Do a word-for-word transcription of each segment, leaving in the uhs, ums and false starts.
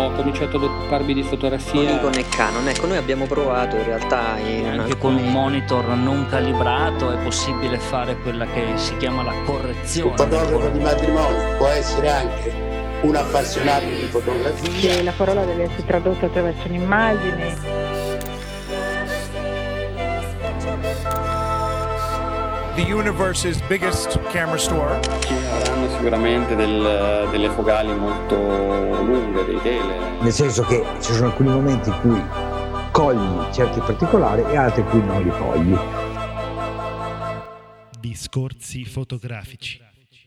ho cominciato ad occuparmi di fotografia. Con Nikon e Canon, ecco, noi abbiamo provato in realtà in anche alcuni... con un monitor non calibrato è possibile fare quella che si chiama la correzione. Un fotografo di matrimonio può essere anche un appassionato di fotografia. E la parola deve essere tradotta attraverso un'immagine. The universe's biggest camera store. Ci avranno sicuramente del, delle focali molto lunghe, dei tele. Nel senso che ci sono alcuni momenti in cui cogli certi particolari e altri in cui non li cogli. Discorsi fotografici.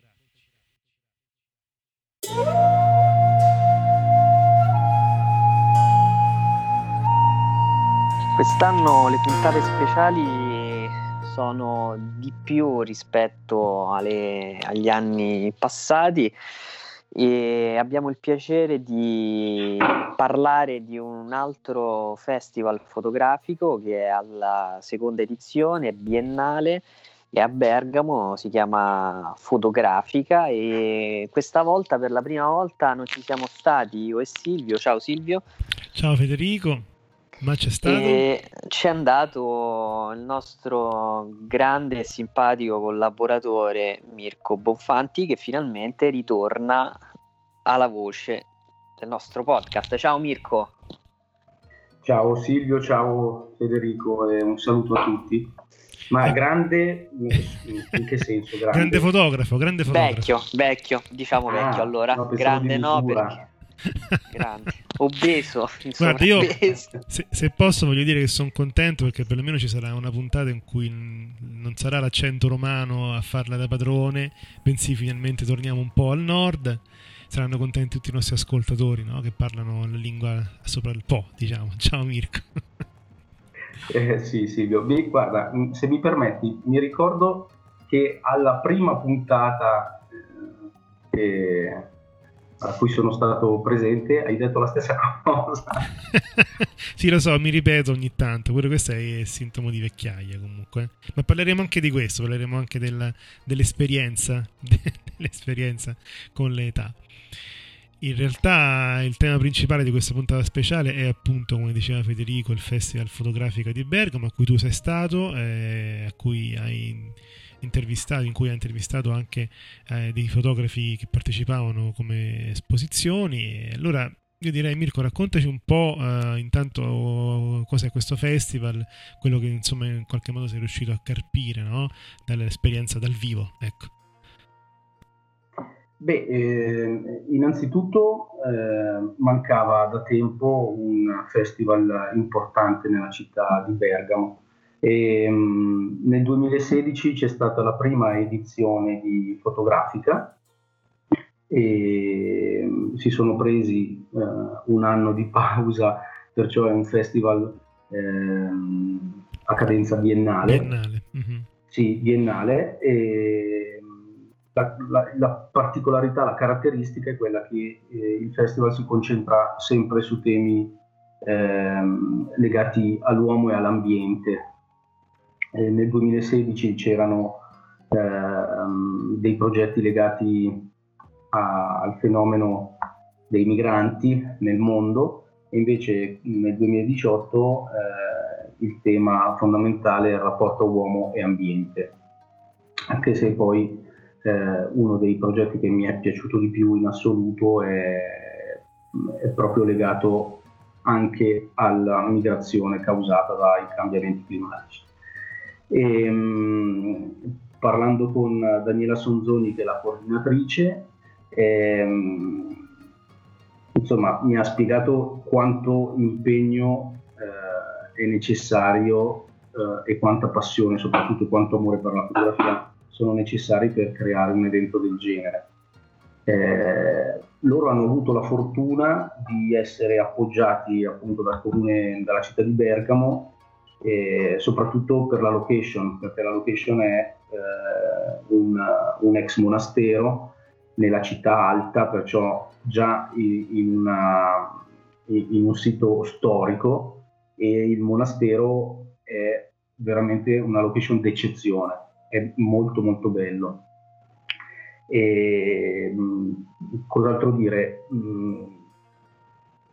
Quest'anno le puntate speciali sono di più rispetto alle, agli anni passati e abbiamo il piacere di parlare di un altro festival fotografico che è alla seconda edizione, biennale, e a Bergamo, si chiama Fotografica, e questa volta per la prima volta non ci siamo stati io e Silvio. Ciao Silvio. Ciao Federico. Ma c'è stato? E c'è andato il nostro grande e simpatico collaboratore Mirko Bonfanti, che finalmente ritorna alla voce del nostro podcast. Ciao Mirko. Ciao Silvio, ciao Federico e un saluto a tutti. Ma grande, in che senso grande? Grande fotografo, grande fotografo. Vecchio, vecchio, diciamo Ah, vecchio allora. no, grande no, misura. perché... grande, obeso, insomma, Guarda, io obeso. se, se posso voglio dire che sono contento, perché perlomeno ci sarà una puntata in cui n- non sarà l'accento romano a farla da padrone, bensì finalmente torniamo un po' al nord. Saranno contenti tutti i nostri ascoltatori, no? Che parlano la lingua sopra il po', diciamo. Ciao Mirko. Eh, sì Silvio, mi, guarda, se mi permetti, mi ricordo che alla prima puntata eh, che... a cui sono stato presente, hai detto la stessa cosa. Sì, lo so, mi ripeto ogni tanto, pure questo è sintomo di vecchiaia comunque. Ma parleremo anche di questo, parleremo anche della, dell'esperienza, dell'esperienza con l'età. In realtà il tema principale di questa puntata speciale è appunto, come diceva Federico, il Festival Fotografica di Bergamo, a cui tu sei stato, eh, a cui hai... intervistato, in cui ha intervistato anche eh, dei fotografi che partecipavano come esposizioni. E allora io direi, Mirko, raccontaci un po' eh, intanto cos'è questo festival, quello che insomma in qualche modo sei riuscito a carpire, no? Dall'esperienza dal vivo, ecco. Beh, eh, innanzitutto eh, mancava da tempo un festival importante nella città di Bergamo. E, um, nel duemilasedici c'è stata la prima edizione di Fotografica e um, si sono presi uh, un anno di pausa, perciò è un festival um, a cadenza biennale. Biennale. Mm-hmm. Sì, biennale. E la, la, la particolarità, la caratteristica è quella che eh, il festival si concentra sempre su temi ehm, legati all'uomo e all'ambiente. Eh, nel duemilasedici c'erano eh, dei progetti legati a, al fenomeno dei migranti nel mondo, e invece nel duemiladiciotto eh, il tema fondamentale è il rapporto uomo e ambiente, anche se poi eh, uno dei progetti che mi è piaciuto di più in assoluto è, è proprio legato anche alla migrazione causata dai cambiamenti climatici. E, mh, parlando con Daniela Sonzoni, che è la coordinatrice, ehm, insomma mi ha spiegato quanto impegno eh, è necessario eh, e quanta passione, soprattutto quanto amore per la fotografia sono necessari per creare un evento del genere. Eh, loro hanno avuto la fortuna di essere appoggiati appunto dal comune, dalla città di Bergamo, e soprattutto per la location, perché la location è eh, un, un ex monastero nella città alta, perciò già in, in, una, in un sito storico, e il monastero è veramente una location d'eccezione, è molto molto bello. E mh, cos'altro dire? Mh,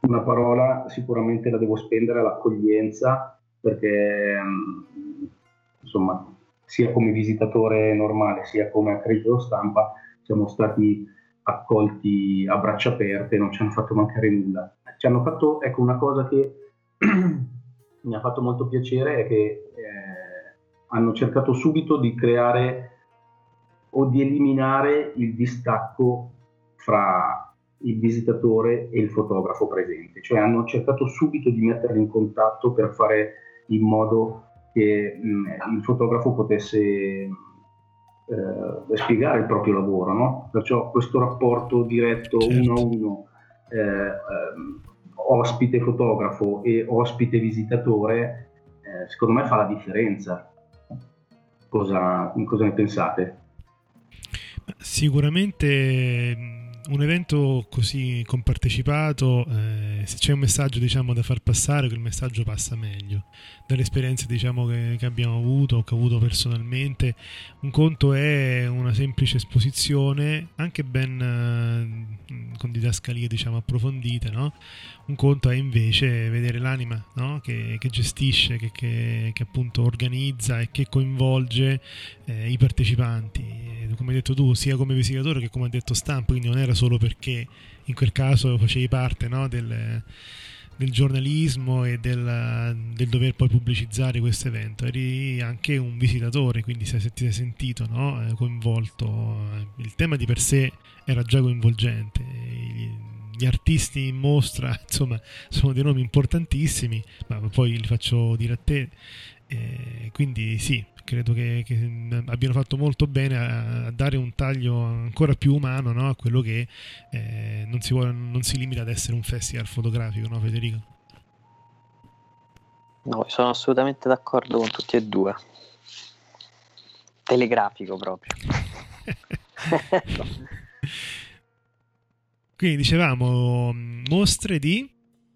una parola sicuramente la devo spendere all'accoglienza, perché insomma sia come visitatore normale sia come accredito stampa siamo stati accolti a braccia aperte, non ci hanno fatto mancare nulla. Ci hanno fatto, ecco, una cosa che mi ha fatto molto piacere è che eh, hanno cercato subito di creare o di eliminare il distacco fra il visitatore e il fotografo presente, cioè hanno cercato subito di metterli in contatto per fare in modo che mh, il fotografo potesse eh, spiegare il proprio lavoro, no? Perciò questo rapporto diretto, certo, uno a uno, eh, eh, ospite fotografo e ospite visitatore, eh, secondo me fa la differenza. Cosa, cosa ne pensate? Sicuramente un evento così compartecipato, eh, se c'è un messaggio, diciamo, da far passare, quel messaggio passa meglio. Dalle esperienze, diciamo, che, che abbiamo avuto, che ho avuto personalmente, un conto è una semplice esposizione, anche ben eh, con didascalie, diciamo, approfondite, no? Un conto è invece vedere l'anima, no? che, che gestisce, che, che, che appunto organizza e che coinvolge eh, i partecipanti, come hai detto tu, sia come visitatore che come ha detto stampa, quindi non era solo perché in quel caso facevi parte, no, del, del giornalismo e del, del dover poi pubblicizzare questo evento, eri anche un visitatore, quindi se ti sei sentito, no, coinvolto. Il tema di per sé era già coinvolgente, gli artisti in mostra, insomma, sono dei nomi importantissimi, ma poi li faccio dire a te, eh, quindi sì, credo che, che abbiano fatto molto bene a, a dare un taglio ancora più umano, no, a quello che eh, non si vuole, non si limita ad essere un festival fotografico, no, Federico? No, sono assolutamente d'accordo con tutti e due. Telegrafico proprio. Quindi dicevamo mostre di...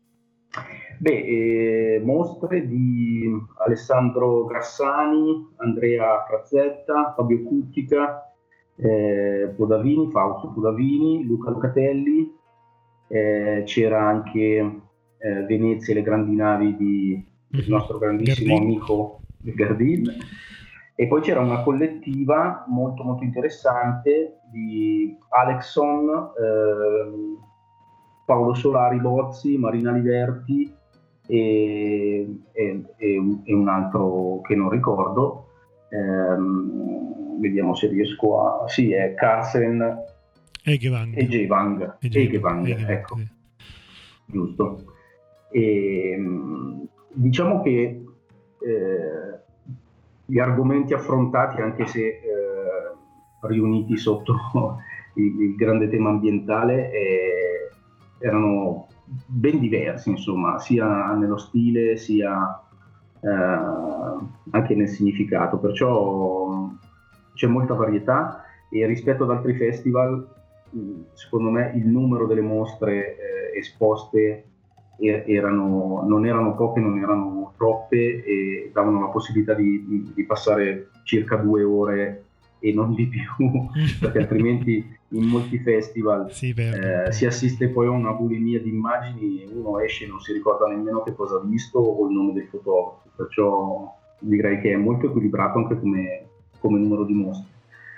Beh, eh, mostre di Alessandro Grassani, Andrea Frazzetta, Fabio Cuttica, eh, Podavini, Fausto Podavini, Luca Locatelli, eh, c'era anche eh, Venezia e le grandi navi di, del nostro grandissimo Gardin. amico Gardin, e poi c'era una collettiva molto molto interessante di Alexon, eh, Paolo Solari Bozzi, Marina Liberti e, e, e un altro che non ricordo, ehm, vediamo se riesco a... sì, è Carsten Egevang. Egevang, Egevang, ecco, sì. Giusto. E, diciamo che eh, gli argomenti affrontati, anche se eh, riuniti sotto il, il grande tema ambientale, eh, erano ben diversi, insomma, sia nello stile sia eh, anche nel significato, perciò c'è molta varietà, e rispetto ad altri festival secondo me il numero delle mostre eh, esposte erano, non erano poche, non erano troppe, e davano la possibilità di, di passare circa due ore e non di più, perché altrimenti in molti festival sì, eh, si assiste poi a una bulimia di immagini e uno esce e non si ricorda nemmeno che cosa ha visto o il nome del fotografo, perciò direi che è molto equilibrato anche come, come numero di mostre.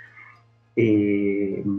E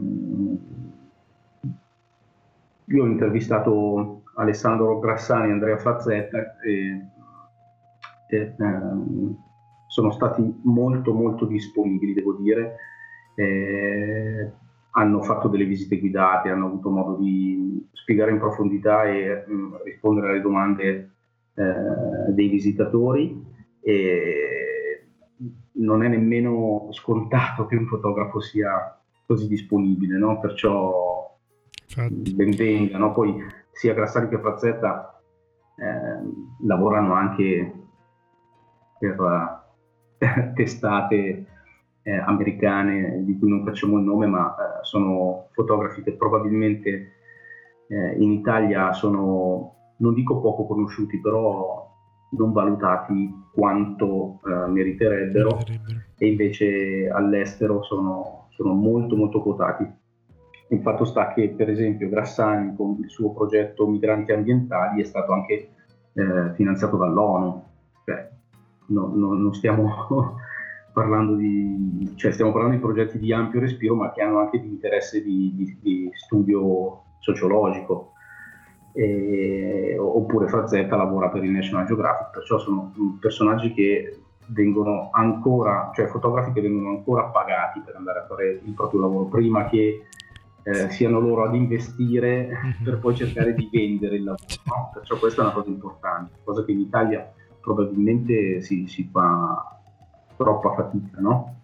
io ho intervistato Alessandro Grassani e Andrea Frazzetta e, e ehm, sono stati molto molto disponibili, devo dire, eh, hanno fatto delle visite guidate, hanno avuto modo di spiegare in profondità e mh, rispondere alle domande eh, dei visitatori, e non è nemmeno scontato che un fotografo sia così disponibile, no? Perciò ben venga, no? Poi sia Grassani che Frazzetta eh, lavorano anche per testate eh, americane di cui non facciamo il nome, ma eh, sono fotografi che probabilmente eh, in Italia sono, non dico poco conosciuti, però non valutati quanto eh, meriterebbero, e invece all'estero sono, sono molto molto quotati. il fatto sta che, per esempio, Grassani con il suo progetto Migranti Ambientali è stato anche eh, finanziato dall'ONU, cioè no, no, non stiamo parlando di, cioè stiamo parlando di progetti di ampio respiro, ma che hanno anche di interesse di, di, di studio sociologico. E, oppure Frazzetta lavora per il National Geographic, perciò sono personaggi che vengono ancora, cioè fotografi che vengono ancora pagati per andare a fare il proprio lavoro prima che eh, siano loro ad investire per poi cercare di vendere il lavoro, no? Perciò questa è una cosa importante, cosa che in Italia probabilmente si, si fa troppa fatica, no?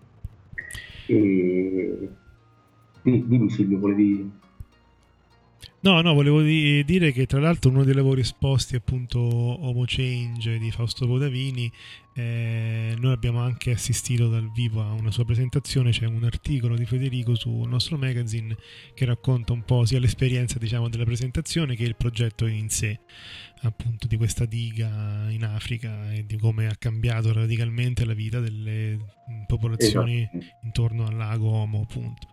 E dimmi Silvio, volevi... No, no, volevo di- dire che tra l'altro uno dei lavori esposti, appunto, Homo Change di Fausto Podavini, eh, noi abbiamo anche assistito dal vivo a una sua presentazione. C'è un articolo di Federico sul nostro magazine che racconta un po' sia l'esperienza, diciamo, della presentazione che il progetto in sé, appunto, di questa diga in Africa e di come ha cambiato radicalmente la vita delle popolazioni esatto. intorno al lago Homo, appunto.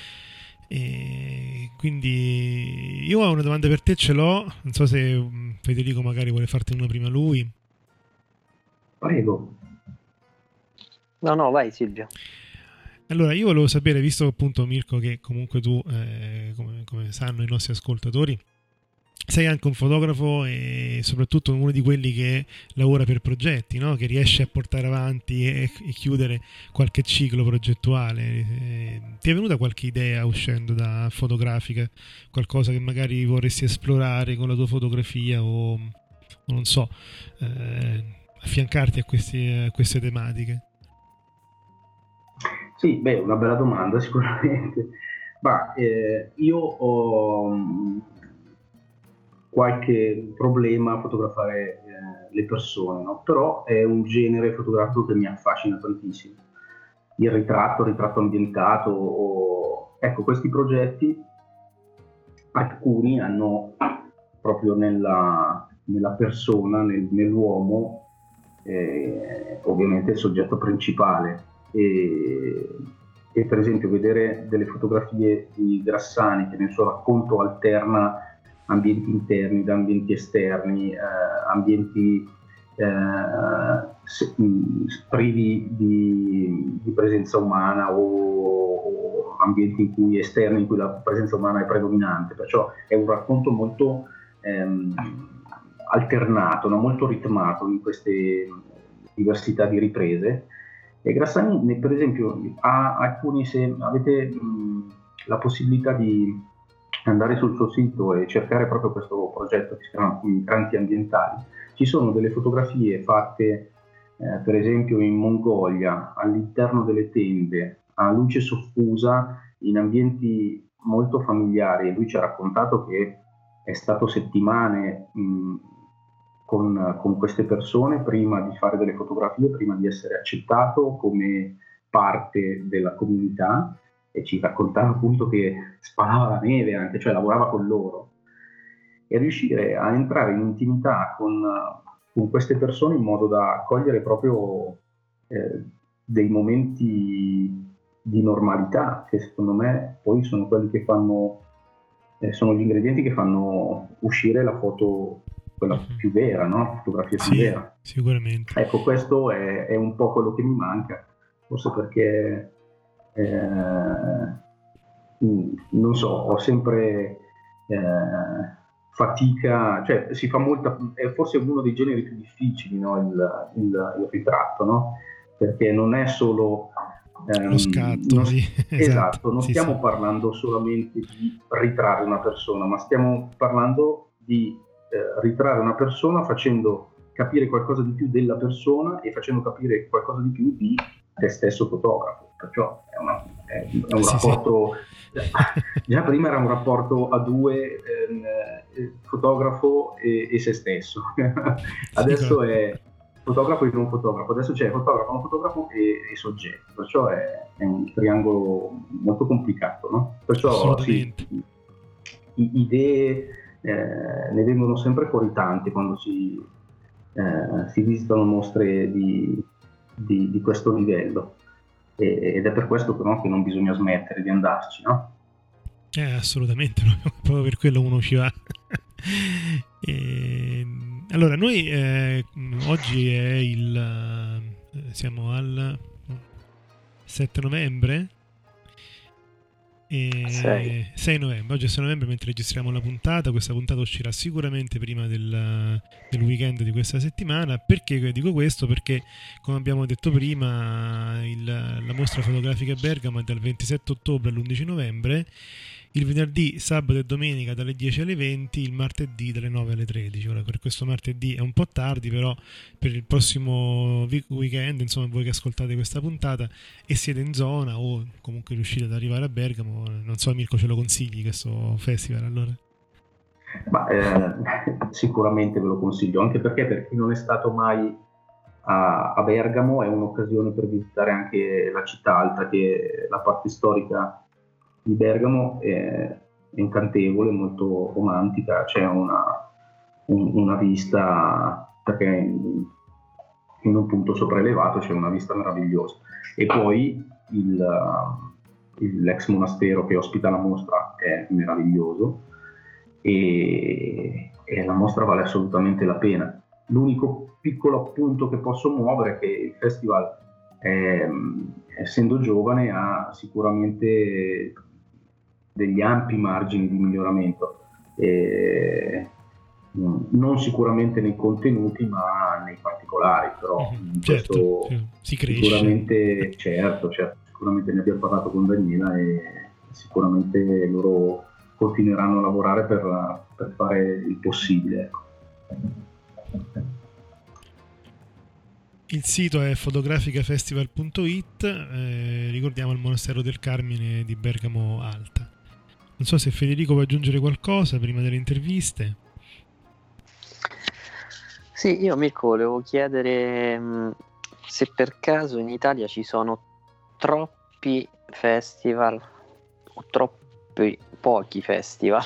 E quindi io ho una domanda per te, ce l'ho, non so se Federico magari vuole farti una prima lui. Prego. No, no, vai Silvio. Allora, io volevo sapere, visto appunto Mirko che comunque tu, eh, come, come sanno i nostri ascoltatori, sei anche un fotografo e soprattutto uno di quelli che lavora per progetti, no? Che riesce a portare avanti e, e chiudere qualche ciclo progettuale. Eh, ti è venuta qualche idea uscendo da fotografica? Qualcosa che magari vorresti esplorare con la tua fotografia o, o non so, eh, affiancarti a, questi, a queste tematiche? Sì, beh, una bella domanda sicuramente. Ma eh, io ho qualche problema a fotografare eh, le persone, no? Però è un genere fotografico che mi affascina tantissimo. Il ritratto, il ritratto ambientato, o... ecco, questi progetti, alcuni hanno proprio nella, nella persona, nel, nell'uomo, eh, ovviamente il soggetto principale. E, e per esempio vedere delle fotografie di Grassani che nel suo racconto alterna ambienti interni da ambienti esterni, eh, ambienti eh, se, mh, privi di, di presenza umana o, o ambienti in cui esterni in cui la presenza umana è predominante, perciò è un racconto molto ehm, alternato, no? Molto ritmato in queste diversità di riprese. E Grassani, per esempio, ha alcuni, se avete mh, la possibilità di andare sul suo sito e cercare proprio questo progetto che si chiama Migranti Ambientali, ci sono delle fotografie fatte eh, per esempio in Mongolia, all'interno delle tende, a luce soffusa, in ambienti molto familiari. E lui ci ha raccontato che è stato settimane mh, con, con queste persone prima di fare delle fotografie, prima di essere accettato come parte della comunità, e ci raccontava appunto che spalava la neve anche, cioè lavorava con loro, e riuscire a entrare in intimità con, con queste persone in modo da cogliere proprio eh, dei momenti di normalità che secondo me poi sono quelli che fanno, eh, sono gli ingredienti che fanno uscire la foto, quella più vera, no? La fotografia più Sì, vera. sicuramente. Ecco, questo è, è un po' quello che mi manca, forse perché Eh, non so, ho sempre eh, fatica, cioè si fa molta, è forse uno dei generi più difficili, no? il, il, il ritratto, no? Perché non è solo ehm, lo scatto, non, sì, esatto, esatto, non sì, stiamo sì. parlando solamente di ritrarre una persona, ma stiamo parlando di eh, ritrarre una persona facendo capire qualcosa di più della persona e facendo capire qualcosa di più di te stesso fotografo. Perciò è, una, è, è un sì, rapporto sì. Già prima era un rapporto a due, eh, fotografo e, e se stesso. Adesso sì, è fotografo e non fotografo, adesso c'è fotografo, non fotografo e, e soggetto, perciò è, è un triangolo molto complicato, no? Perciò sì, idee eh, ne vengono sempre fuori tante quando si, eh, si visitano mostre di, di, di questo livello. Ed è per questo però che non bisogna smettere di andarci, no? Eh, assolutamente, proprio per quello uno ci va. E, allora, noi eh, oggi è il siamo al sette novembre e sei. sei novembre. Oggi è sei novembre mentre registriamo la puntata. Questa puntata uscirà sicuramente prima del, del weekend di questa settimana. Perché dico questo? Perché, come abbiamo detto prima, il, la mostra fotografica Bergamo è dal ventisette ottobre all'undici novembre, il venerdì, sabato e domenica dalle dieci alle venti, il martedì dalle nove alle tredici. Ora, per questo martedì è un po' tardi, però per il prossimo weekend, insomma, voi che ascoltate questa puntata e siete in zona o comunque riuscite ad arrivare a Bergamo, non so, Mirko, ce lo consigli questo festival allora? Ma, eh, sicuramente ve lo consiglio, anche perché per chi non è stato mai a, a Bergamo è un'occasione per visitare anche la città alta, che la parte storica di Bergamo è incantevole, molto romantica. C'è una, un, una vista, perché in, in un punto sopraelevato c'è una vista meravigliosa, e poi il, il, l'ex monastero che ospita la mostra è meraviglioso, e, e la mostra vale assolutamente la pena. L'unico piccolo appunto che posso muovere è che il festival, è, essendo giovane, ha sicuramente degli ampi margini di miglioramento, eh, non sicuramente nei contenuti ma nei particolari, però mm-hmm. certo, questo sì, si cresce. Sicuramente, certo, certo, sicuramente ne abbiamo parlato con Daniela e sicuramente loro continueranno a lavorare per, per fare il possibile. Il sito è fotograficafestival punto it, eh, ricordiamo il Monastero del Carmine di Bergamo Alta. Non so se Federico vuoi aggiungere qualcosa prima delle interviste. Sì, io Mirko volevo chiedere mh, se per caso in Italia ci sono troppi festival o troppi pochi festival.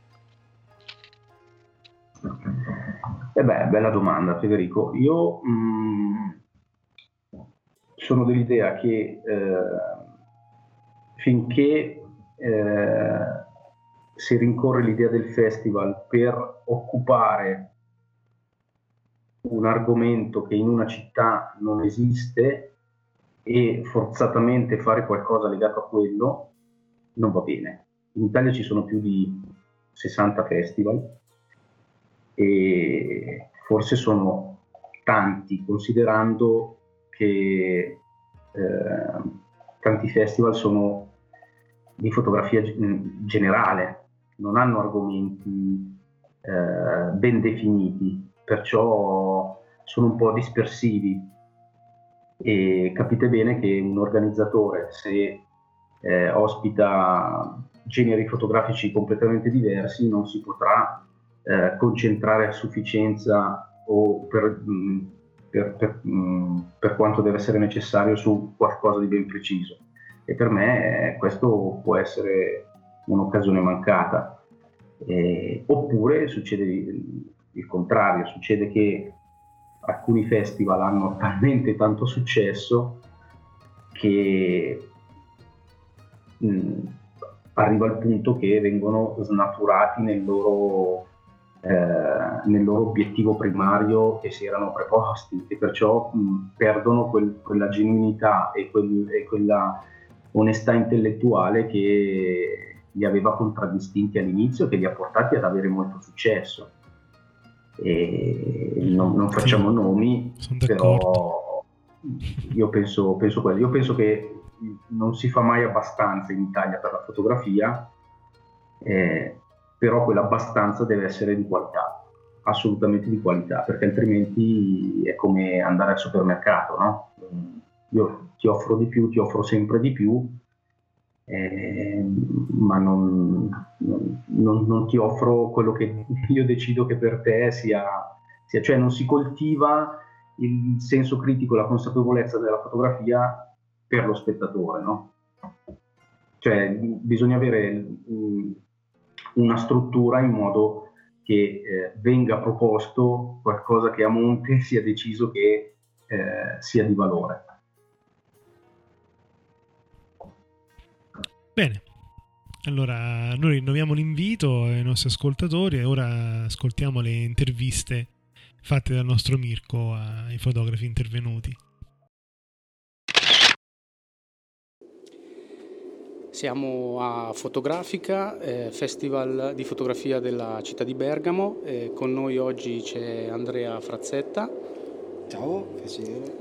Eh beh, bella domanda Federico. Io mh, sono dell'idea che eh, finché eh, si rincorre l'idea del festival per occupare un argomento che in una città non esiste e forzatamente fare qualcosa legato a quello, non va bene. In Italia ci sono più di sessanta festival e forse sono tanti, considerando che eh, tanti festival sono di fotografia generale, non hanno argomenti eh, ben definiti, perciò sono un po' dispersivi, e capite bene che un organizzatore, se eh, ospita generi fotografici completamente diversi, non si potrà eh, concentrare a sufficienza o per, mh, per, per, mh, per quanto deve essere necessario su qualcosa di ben preciso. E per me eh, questo può essere un'occasione mancata. Eh, oppure succede il, il contrario, succede che alcuni festival hanno talmente tanto successo che mh, arriva al punto che vengono snaturati nel loro, eh, nel loro obiettivo primario che si erano preposti, e perciò mh, perdono quel, quella genuinità e, quel, e quella onestà intellettuale che li aveva contraddistinti all'inizio, che li ha portati ad avere molto successo. E non, non facciamo sì, nomi, però io penso, penso quello. Io penso che non si fa mai abbastanza in Italia per la fotografia, eh, però quell'abbastanza deve essere di qualità, assolutamente di qualità, perché altrimenti è come andare al supermercato, no? Io ti offro di più, ti offro sempre di più, eh, ma non, non, non ti offro quello che io decido che per te sia, sia, cioè non si coltiva il senso critico, la consapevolezza della fotografia per lo spettatore, no? Cioè bisogna avere una struttura in modo che eh, venga proposto qualcosa che a monte sia deciso che eh, sia di valore. Bene, Allora, noi rinnoviamo l'invito ai nostri ascoltatori e ora ascoltiamo le interviste fatte dal nostro Mirko ai fotografi intervenuti. Siamo a Fotografica, eh, Festival di fotografia della città di Bergamo. Eh, con noi oggi c'è Andrea Frazzetta. Ciao, piacere.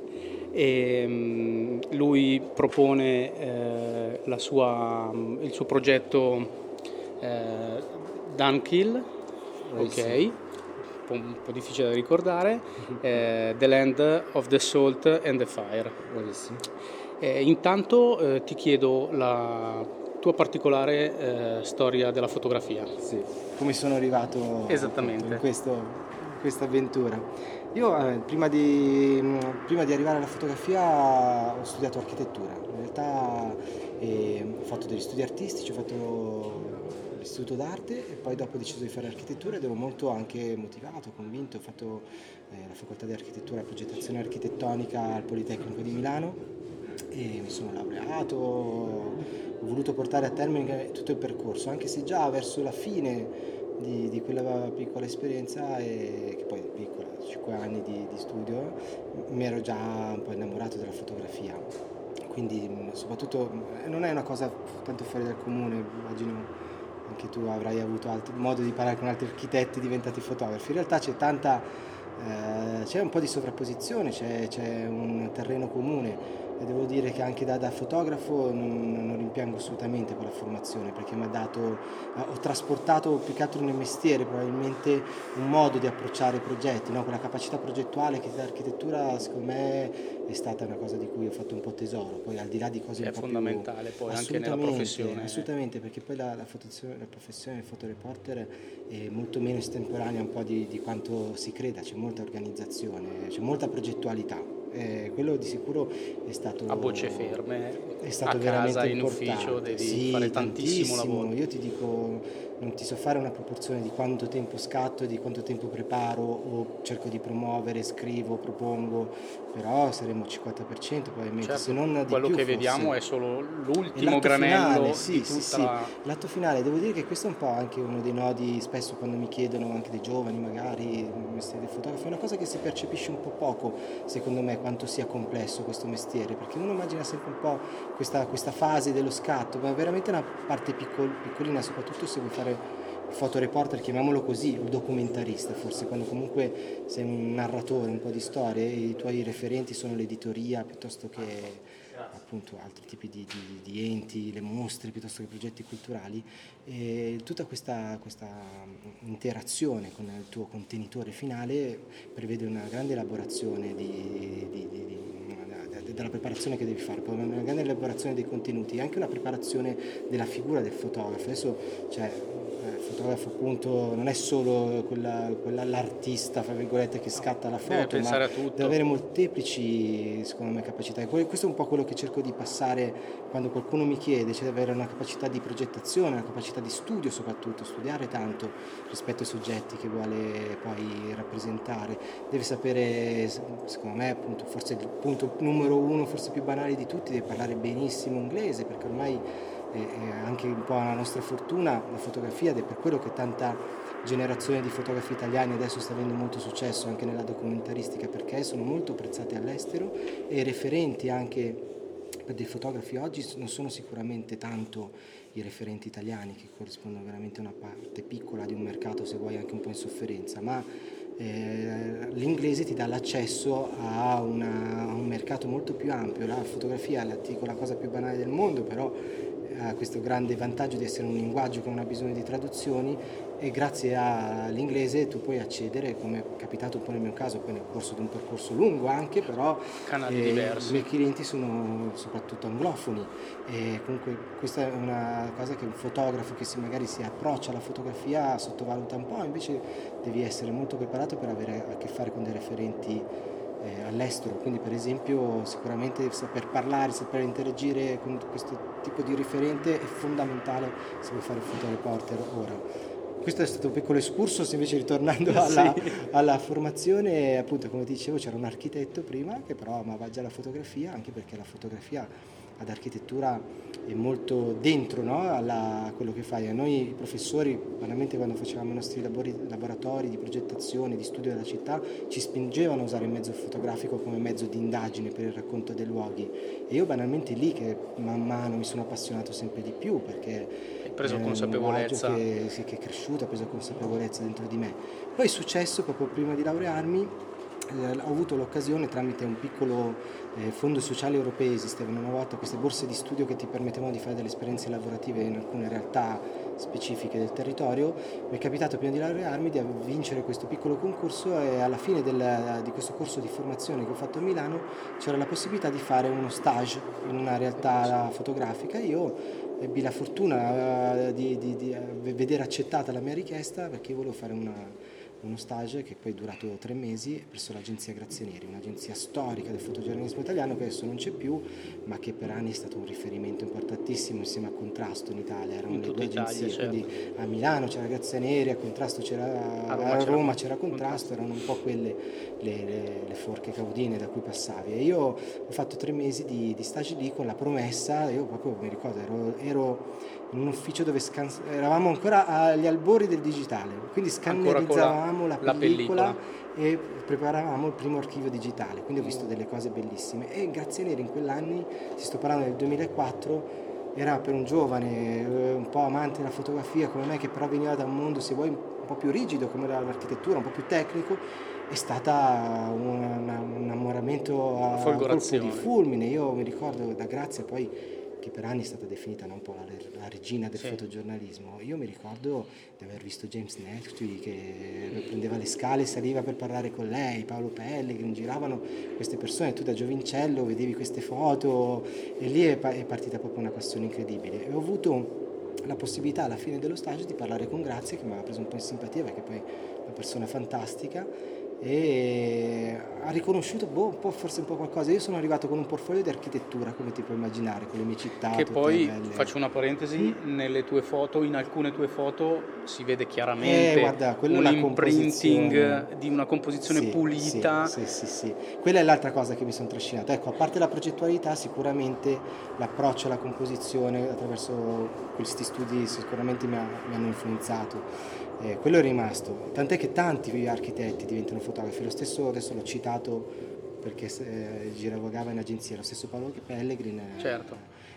E, um, lui propone eh, la sua, il suo progetto eh, Dunkill, ok, un po', un po' difficile da ricordare, eh, The Land of the Salt and the Fire. Bravissimo. Eh, intanto eh, ti chiedo la tua particolare eh, storia della fotografia. Sì, come sono arrivato Esattamente. in questo, in questa avventura. Io eh, prima, di, prima di arrivare alla fotografia ho studiato architettura. In realtà eh, ho fatto degli studi artistici, ho fatto l'istituto d'arte e poi dopo ho deciso di fare architettura ed ero molto anche motivato, convinto. Ho fatto eh, la facoltà di architettura e progettazione architettonica al Politecnico di Milano e mi sono laureato, ho voluto portare a termine tutto il percorso, anche se già verso la fine di, di quella piccola esperienza, e, che poi è piccola, cinque anni di, di studio, mi ero già un po' innamorato della fotografia. Quindi soprattutto non è una cosa tanto fuori dal comune, immagino anche tu avrai avuto altri, modo di parlare con altri architetti diventati fotografi. In realtà c'è tanta, eh, c'è un po' di sovrapposizione, c'è, c'è un terreno comune. E devo dire che anche da, da fotografo non, non rimpiango assolutamente quella formazione, perché mi ha dato, eh, ho trasportato più che altro nel mestiere probabilmente un modo di approcciare i progetti, no? Quella capacità progettuale che l'architettura secondo me è stata una cosa di cui ho fatto un po' tesoro, poi al di là di cose è un po' fondamentale più, poi anche nella professione. Assolutamente, perché poi la, la, la professione del fotoreporter è molto meno estemporanea un po' di, di quanto si creda, c'è molta organizzazione, c'è molta progettualità. Eh, quello di sicuro è stato a bocce ferme, è stato a veramente casa, in importante. ufficio devi sì, fare tantissimo, tantissimo lavoro. Io ti dico, non ti so fare una proporzione di quanto tempo scatto e di quanto tempo preparo o cerco di promuovere, scrivo, propongo, però saremo al cinquanta per cento probabilmente, certo, se non di quello più che forse. Vediamo è solo l'ultimo l'atto granello finale, sì, di tutta sì, sì. La... L'atto finale, devo dire che questo è un po' anche uno dei nodi, spesso quando mi chiedono anche dei giovani magari il mestiere del fotografo, è una cosa che si percepisce un po' poco secondo me quanto sia complesso questo mestiere, perché uno immagina sempre un po' questa, questa fase dello scatto, ma è veramente una parte piccol, piccolina, soprattutto se vuoi fare il fotoreporter, chiamiamolo così, il documentarista, forse quando comunque sei un narratore, un po' di storie, e i tuoi referenti sono l'editoria piuttosto che appunto altri tipi di, di, di enti, le mostre piuttosto che progetti culturali, e tutta questa, questa interazione con il tuo contenitore finale prevede una grande elaborazione di, di, di, di della preparazione che devi fare, poi una grande elaborazione dei contenuti e anche una preparazione della figura del fotografo. Adesso cioè, il fotografo appunto non è solo quella, quella l'artista fra virgolette che scatta la foto, deve pensare ma a tutto. Deve avere molteplici secondo me capacità, e questo è un po' quello che cerco di passare quando qualcuno mi chiede, cioè deve avere una capacità di progettazione, una capacità di studio, soprattutto studiare tanto rispetto ai soggetti che vuole poi rappresentare, deve sapere, secondo me appunto forse il punto numero uno, forse più banale di tutti, deve parlare benissimo inglese, perché ormai è anche un po' la nostra fortuna la fotografia, ed è per quello che tanta generazione di fotografi italiani adesso sta avendo molto successo anche nella documentaristica, perché sono molto apprezzati all'estero e referenti anche per dei fotografi oggi non sono sicuramente tanto i referenti italiani, che corrispondono veramente a una parte piccola di un mercato, se vuoi anche un po' in sofferenza, ma eh, l'inglese ti dà l'accesso a, una, a un mercato molto più ampio. La fotografia, la, dico la cosa più banale del mondo, però ha questo grande vantaggio di essere un linguaggio che non ha bisogno di traduzioni, e grazie all'inglese tu puoi accedere, come è capitato un po' nel mio caso, poi nel corso di un percorso lungo anche, però canali eh, diversi. I miei clienti sono soprattutto anglofoni, e comunque questa è una cosa che un fotografo che si, magari si approccia alla fotografia sottovaluta un po', invece devi essere molto preparato per avere a che fare con dei referenti Eh, all'estero, quindi per esempio sicuramente saper parlare, saper interagire con questo tipo di riferente è fondamentale se vuoi fare il fotoreporter ora. Questo è stato un piccolo excursus, invece ritornando alla, sì. alla formazione, appunto come ti dicevo c'era un architetto prima che però amava già la fotografia, anche perché la fotografia ad architettura è molto dentro, no? Alla, a quello che fai. A noi i professori, banalmente quando facevamo i nostri labori, laboratori di progettazione, di studio della città, ci spingevano a usare il mezzo fotografico come mezzo di indagine per il racconto dei luoghi, e io banalmente lì che man mano mi sono appassionato sempre di più, perché hai preso è consapevolezza un linguaggio che, sì, che è cresciuto, ha preso consapevolezza dentro di me. Poi è successo proprio prima di laurearmi, eh, ho avuto l'occasione tramite un piccolo eh, fondo sociale europeo, esistevano una volta queste borse di studio che ti permettevano di fare delle esperienze lavorative in alcune realtà specifiche del territorio. Mi è capitato prima di laurearmi di vincere questo piccolo concorso, e alla fine del, di questo corso di formazione che ho fatto a Milano c'era la possibilità di fare uno stage in una realtà fotografica. Io ebbi la fortuna uh, di, di, di vedere accettata la mia richiesta, perché io volevo fare una uno stage che poi è durato tre mesi presso l'agenzia Grazianeri, un'agenzia storica del fotogiornalismo italiano che adesso non c'è più, ma che per anni è stato un riferimento importantissimo insieme a Contrasto in Italia. Erano in le due Italia, agenzie, certo. Quindi a Milano c'era Grazianeri, a Contrasto c'era a Roma, a c'era, Roma c'era Contrasto, erano un po' quelle le, le, le forche caudine da cui passavi. E io ho fatto tre mesi di, di stage lì con la promessa, io proprio mi ricordo, ero, ero in un ufficio dove scan- eravamo ancora agli albori del digitale, quindi scannerizzavamo la, la pellicola, pellicola e preparavamo il primo archivio digitale, quindi ho visto delle cose bellissime. E Grazianeri in quell'anni, ti sto parlando del duemilaquattro, era per un giovane un po' amante della fotografia come me, che però veniva da un mondo, se vuoi, un po' più rigido come era l'architettura, un po' più tecnico, è stata un, un innamoramento a colpo di fulmine. Io mi ricordo da Grazia poi, che per anni è stata definita no, un po' la, la regina del sì. fotogiornalismo. Io mi ricordo di aver visto James Nachtwey che prendeva le scale e saliva per parlare con lei, Paolo Pellegrini, giravano queste persone, tu da giovincello vedevi queste foto, e lì è, è partita proprio una passione incredibile. E ho avuto la possibilità alla fine dello stage di parlare con Grazia, che mi aveva preso un po' in simpatia perché poi è una persona fantastica, e ha riconosciuto boh, un po', forse un po' qualcosa. Io sono arrivato con un portfolio di architettura, come ti puoi immaginare, con le mie città che poi belle. Faccio una parentesi, mm. nelle tue foto, in alcune tue foto si vede chiaramente eh, guarda, un imprinting di una composizione sì, pulita. Sì, sì, sì, sì. Quella è l'altra cosa che mi sono trascinato. Ecco, a parte la progettualità, sicuramente l'approccio alla composizione attraverso questi studi sicuramente mi, ha, mi hanno influenzato. Eh, quello è rimasto, tant'è che tanti architetti diventano fotografi. Lo stesso, adesso l'ho citato perché eh, giravagava in agenzia, lo stesso Paolo Pellegrini, certo.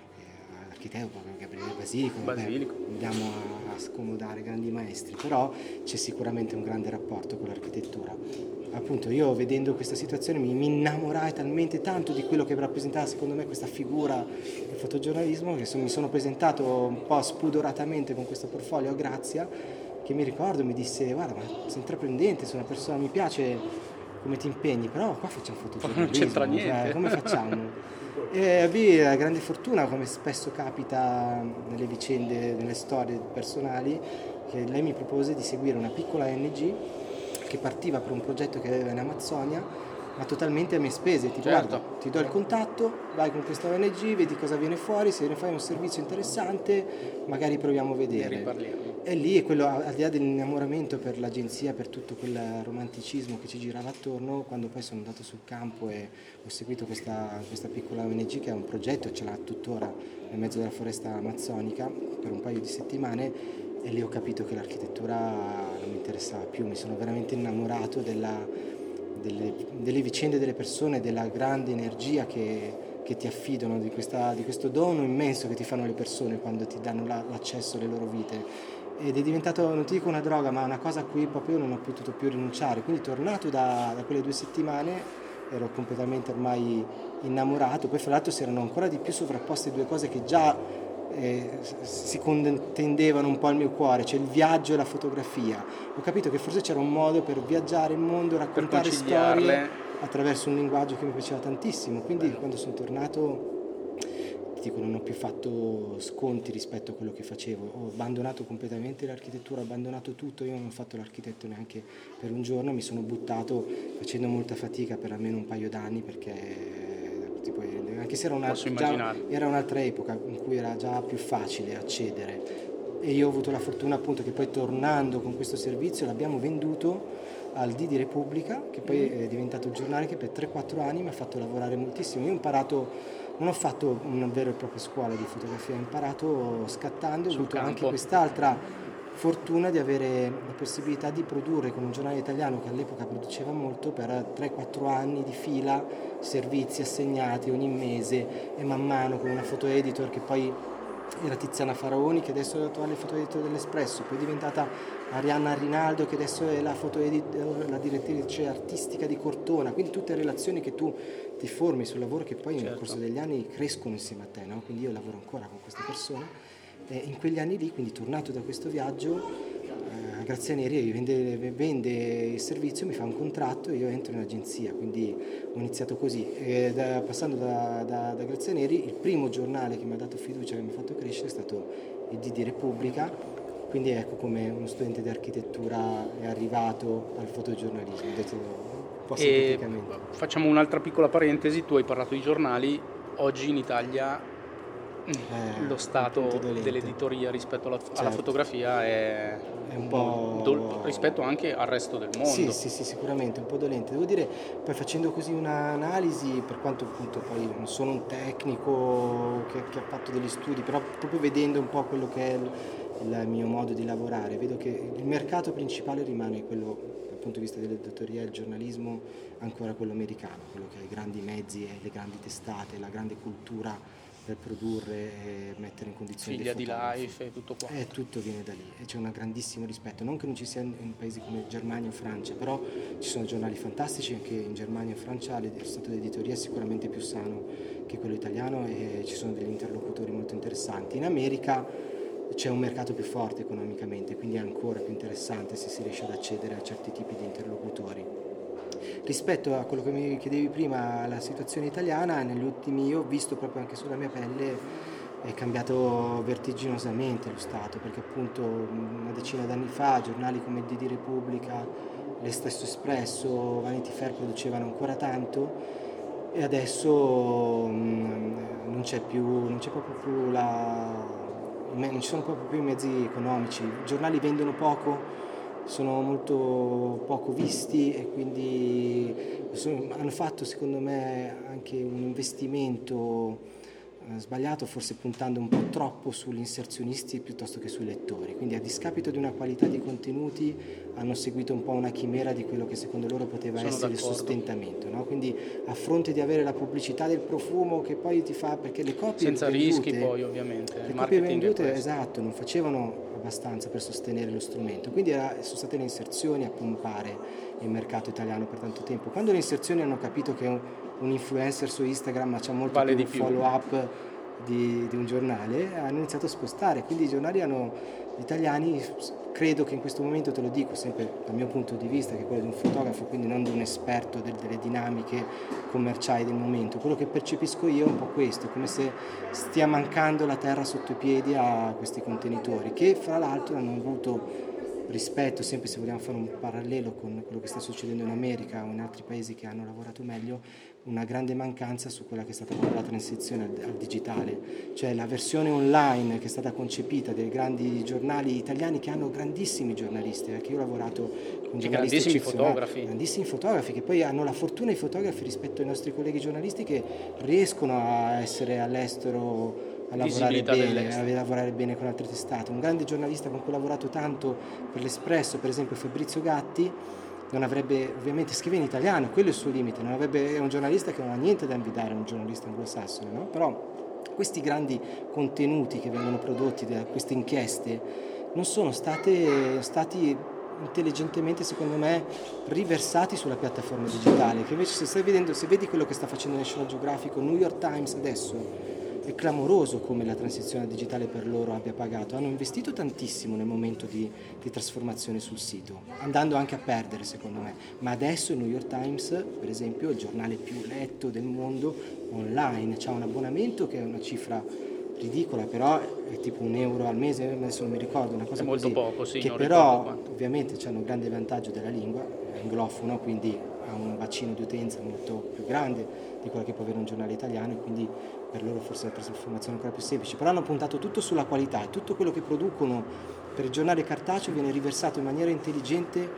eh, architetto, Gabriele Basilico, Basilico. Vabbè, andiamo a, a scomodare grandi maestri, però c'è sicuramente un grande rapporto con l'architettura. Appunto, io vedendo questa situazione mi, mi innamorai talmente tanto di quello che rappresentava secondo me questa figura del fotogiornalismo, che so, mi sono presentato un po' spudoratamente con questo portfolio a Grazia, che mi ricordo mi disse: guarda, ma sei intraprendente, sei una persona, mi piace come ti impegni, però qua facciamo fotogiornalismo, non c'entra niente, cioè, come facciamo? E abbi la grande fortuna, come spesso capita nelle vicende, nelle storie personali, che lei mi propose di seguire una piccola O N G che partiva per un progetto che aveva in Amazzonia, ma totalmente a mie spese. Tipo, certo. guarda, ti do il contatto, vai con questa O N G, vedi cosa viene fuori, se ne fai un servizio interessante magari proviamo a vedere. E lì è quello, al di là dell'innamoramento per l'agenzia, per tutto quel romanticismo che ci girava attorno, quando poi sono andato sul campo e ho seguito questa, questa piccola O N G che è un progetto, ce l'ha tuttora nel mezzo della foresta amazzonica per un paio di settimane, e lì ho capito che l'architettura non mi interessava più. Mi sono veramente innamorato della, delle, delle vicende delle persone, della grande energia che, che ti affidano, di, questa, di questo dono immenso che ti fanno le persone quando ti danno la, l'accesso alle loro vite. Ed è diventato, non ti dico una droga, ma una cosa a cui proprio non ho potuto più rinunciare. Quindi tornato da, da quelle due settimane ero completamente ormai innamorato. Poi fra l'altro si erano ancora di più sovrapposte due cose che già eh, si contendevano un po' al mio cuore, cioè il viaggio e la fotografia. Ho capito che forse c'era un modo per viaggiare il mondo, raccontare storie attraverso un linguaggio che mi piaceva tantissimo. Quindi Bello. Quando sono tornato, dico, non ho più fatto sconti rispetto a quello che facevo, ho abbandonato completamente l'architettura, ho abbandonato tutto. Io non ho fatto l'architetto neanche per un giorno, mi sono buttato facendo molta fatica per almeno un paio d'anni, perché tipo, anche se era, una, già, era un'altra epoca in cui era già più facile accedere, e io ho avuto la fortuna appunto che poi tornando con questo servizio l'abbiamo venduto al D di Repubblica, che poi è diventato il giornale che per tre quattro anni mi ha fatto lavorare moltissimo. Io ho imparato non ho fatto una vera e propria scuola di fotografia, ho imparato scattando, ho avuto campo. anche quest'altra fortuna di avere la possibilità di produrre con un giornale italiano che all'epoca produceva molto per tre quattro anni di fila, servizi assegnati ogni mese e man mano con una foto editor che poi era Tiziana Faraoni, che adesso è l'attuale foto editor dell'Espresso, poi è diventata Arianna Rinaldo, che adesso è la foto editor, la direttrice artistica di Cortona, quindi tutte relazioni che tu ti formi sul lavoro che poi certo. nel corso degli anni crescono insieme a te, no? Quindi io lavoro ancora con queste persone. E in quegli anni lì, quindi tornato da questo viaggio, eh, Grazianeri vende, vende il servizio, mi fa un contratto e io entro in agenzia, quindi ho iniziato così. E da, passando da, da, da Grazianeri, il primo giornale che mi ha dato fiducia, che mi ha fatto crescere, è stato il D di Repubblica, quindi ecco come uno studente di architettura è arrivato al fotogiornalismo, detto un po' sinteticamente. Facciamo un'altra piccola parentesi, tu hai parlato di giornali, oggi in Italia Eh, lo stato dell'editoria rispetto alla, certo. alla fotografia è, è un po' do, rispetto anche al resto del mondo. Sì, sì, sì, sicuramente un po' dolente. Devo dire, poi facendo così un'analisi, per quanto appunto poi non sono un tecnico che, che ha fatto degli studi, però proprio vedendo un po' quello che è il, il mio modo di lavorare, vedo che il mercato principale rimane quello, dal punto di vista dell'editoria e il giornalismo, ancora quello americano, quello che ha i grandi mezzi e le grandi testate, la grande cultura per produrre e mettere in condizioni figlia dei di Life e tutto qua. Eh, tutto viene da lì e c'è un grandissimo rispetto, non che non ci sia in paesi come Germania o Francia, però ci sono giornali fantastici, anche in Germania e Francia lo stato di editoria è sicuramente più sano che quello italiano e ci sono degli interlocutori molto interessanti. In America c'è un mercato più forte economicamente, quindi è ancora più interessante se si riesce ad accedere a certi tipi di interlocutori. Rispetto a quello che mi chiedevi prima, la situazione italiana, negli ultimi, io ho visto proprio anche sulla mia pelle, è cambiato vertiginosamente lo Stato, perché appunto una decina d'anni fa giornali come il D di Repubblica, l'Estesso Espresso, Vanity Fair producevano ancora tanto e adesso mh, non c'è più, non c'è proprio più la, non ci sono proprio più i mezzi economici, i giornali vendono poco, sono molto poco visti e quindi sono, hanno fatto secondo me anche un investimento eh, sbagliato, forse puntando un po' troppo sugli inserzionisti piuttosto che sui lettori, quindi a discapito di una qualità di contenuti hanno seguito un po' una chimera di quello che secondo loro poteva sono essere d'accordo. Il sostentamento, no? Quindi a fronte di avere la pubblicità del profumo che poi ti fa, perché le copie senza vendute, rischi poi ovviamente le il copie marketing vendute esatto non facevano abbastanza per sostenere lo strumento, quindi era, sono state le inserzioni a pompare il mercato italiano per tanto tempo. Quando le inserzioni hanno capito che un, un influencer su Instagram ha molto vale più, di più follow up di, di un giornale, hanno iniziato a spostare, quindi i giornali hanno, gli italiani, credo che in questo momento, te lo dico sempre dal mio punto di vista, che è quello di un fotografo, quindi non di un esperto del, delle dinamiche commerciali del momento, quello che percepisco io è un po' questo, è come se stia mancando la terra sotto i piedi a questi contenitori, che fra l'altro hanno avuto rispetto, sempre se vogliamo fare un parallelo con quello che sta succedendo in America o in altri paesi che hanno lavorato meglio, una grande mancanza su quella che è stata proprio la transizione al, al digitale, cioè la versione online che è stata concepita dei grandi giornali italiani che hanno grandissimi giornalisti, perché io ho lavorato con giornalisti grandissimi fotografi. grandissimi fotografi che poi hanno la fortuna, i fotografi rispetto ai nostri colleghi giornalisti, che riescono a essere all'estero, a lavorare bene, a lavorare bene con altre testate. Un grande giornalista con cui ho lavorato tanto per l'Espresso, per esempio Fabrizio Gatti, non avrebbe, ovviamente scrive in italiano, quello è il suo limite, non avrebbe, è un giornalista che non ha niente da invidiare a un giornalista anglosassone, no? Però questi grandi contenuti che vengono prodotti da queste inchieste non sono state, stati intelligentemente, secondo me, riversati sulla piattaforma digitale, che invece se stai vedendo, se vedi quello che sta facendo National Geographic o New York Times adesso, è clamoroso come la transizione digitale per loro abbia pagato. Hanno investito tantissimo nel momento di, di trasformazione sul sito, andando anche a perdere secondo me, ma adesso il New York Times, per esempio, è il giornale più letto del mondo online, c'ha un abbonamento che è una cifra ridicola, però è tipo un euro al mese, adesso non mi ricordo, una cosa è molto così, poco, sì, che non però ovviamente c'hanno un grande vantaggio della lingua, è anglofono, quindi ha un bacino di utenza molto più grande di quello che può avere un giornale italiano e quindi per loro forse la trasformazione è ancora più semplice, però hanno puntato tutto sulla qualità e tutto quello che producono per il giornale cartaceo viene riversato in maniera intelligente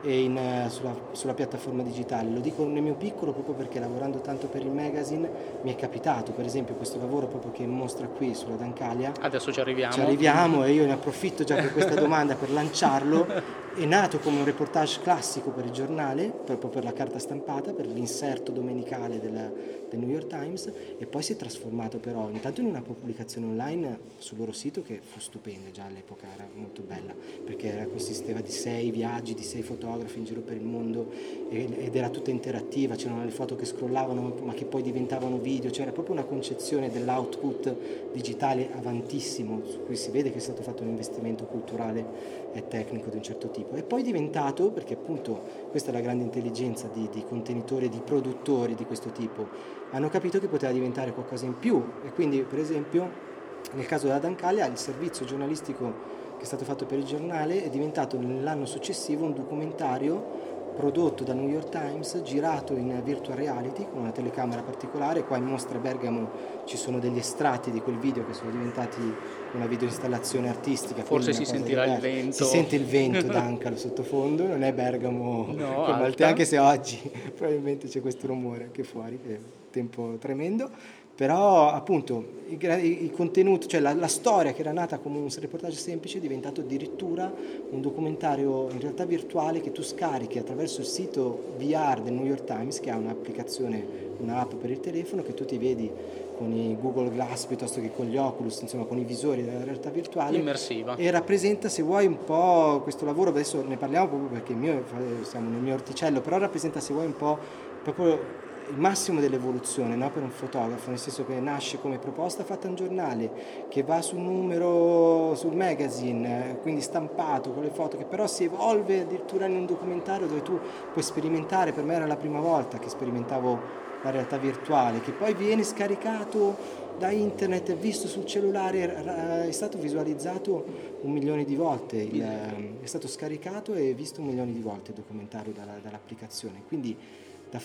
e in, uh, sulla, sulla piattaforma digitale. Lo dico nel mio piccolo proprio perché lavorando tanto per il magazine mi è capitato, per esempio questo lavoro proprio che mostra qui sulla Dancalia. Adesso ci arriviamo. Ci arriviamo e io ne approfitto già per questa domanda per lanciarlo. È nato come un reportage classico per il giornale, proprio per la carta stampata, per l'inserto domenicale del, del New York Times, e poi si è trasformato però intanto in una pubblicazione online sul loro sito che fu stupenda, già all'epoca era molto bella, perché era, consisteva di sei viaggi, di sei fotografi in giro per il mondo ed era tutta interattiva, c'erano le foto che scrollavano ma che poi diventavano video, c'era proprio una concezione dell'output digitale avantissimo, su cui si vede che è stato fatto un investimento culturale e tecnico di un certo tipo. E poi è diventato, perché appunto questa è la grande intelligenza di, di contenitori e di produttori di questo tipo, hanno capito che poteva diventare qualcosa in più, e quindi per esempio nel caso della Dancalia il servizio giornalistico che è stato fatto per il giornale è diventato nell'anno successivo un documentario prodotto da New York Times, girato in virtual reality con una telecamera particolare. Qua in Mostra Bergamo ci sono degli estratti di quel video che sono diventati una videoinstallazione artistica. Forse si sentirà diversa. Il vento. Si sente il vento d'Ancalo sottofondo, non è Bergamo no, come Malte, anche se oggi probabilmente c'è questo rumore anche fuori, che è un tempo tremendo. Però appunto i, i contenuti, cioè la, la storia che era nata come un reportage semplice è diventato addirittura un documentario in realtà virtuale che tu scarichi attraverso il sito V R del New York Times, che ha un'applicazione, un'app per il telefono, che tu ti vedi con i Google Glass piuttosto che con gli Oculus, insomma con i visori della realtà virtuale immersiva, e rappresenta, se vuoi, un po' questo lavoro. Adesso ne parliamo proprio perché il mio, siamo nel mio orticello, però rappresenta, se vuoi, un po' proprio il massimo dell'evoluzione, no? Per un fotografo, nel senso che nasce come proposta fatta a un giornale, che va sul numero, sul magazine, quindi stampato con le foto, che però si evolve addirittura in un documentario dove tu puoi sperimentare. Per me era la prima volta che sperimentavo la realtà virtuale, che poi viene scaricato da internet, è visto sul cellulare, è stato visualizzato un milione di volte, il, è stato scaricato e visto un milione di volte il documentario dalla, dall'applicazione. Quindi da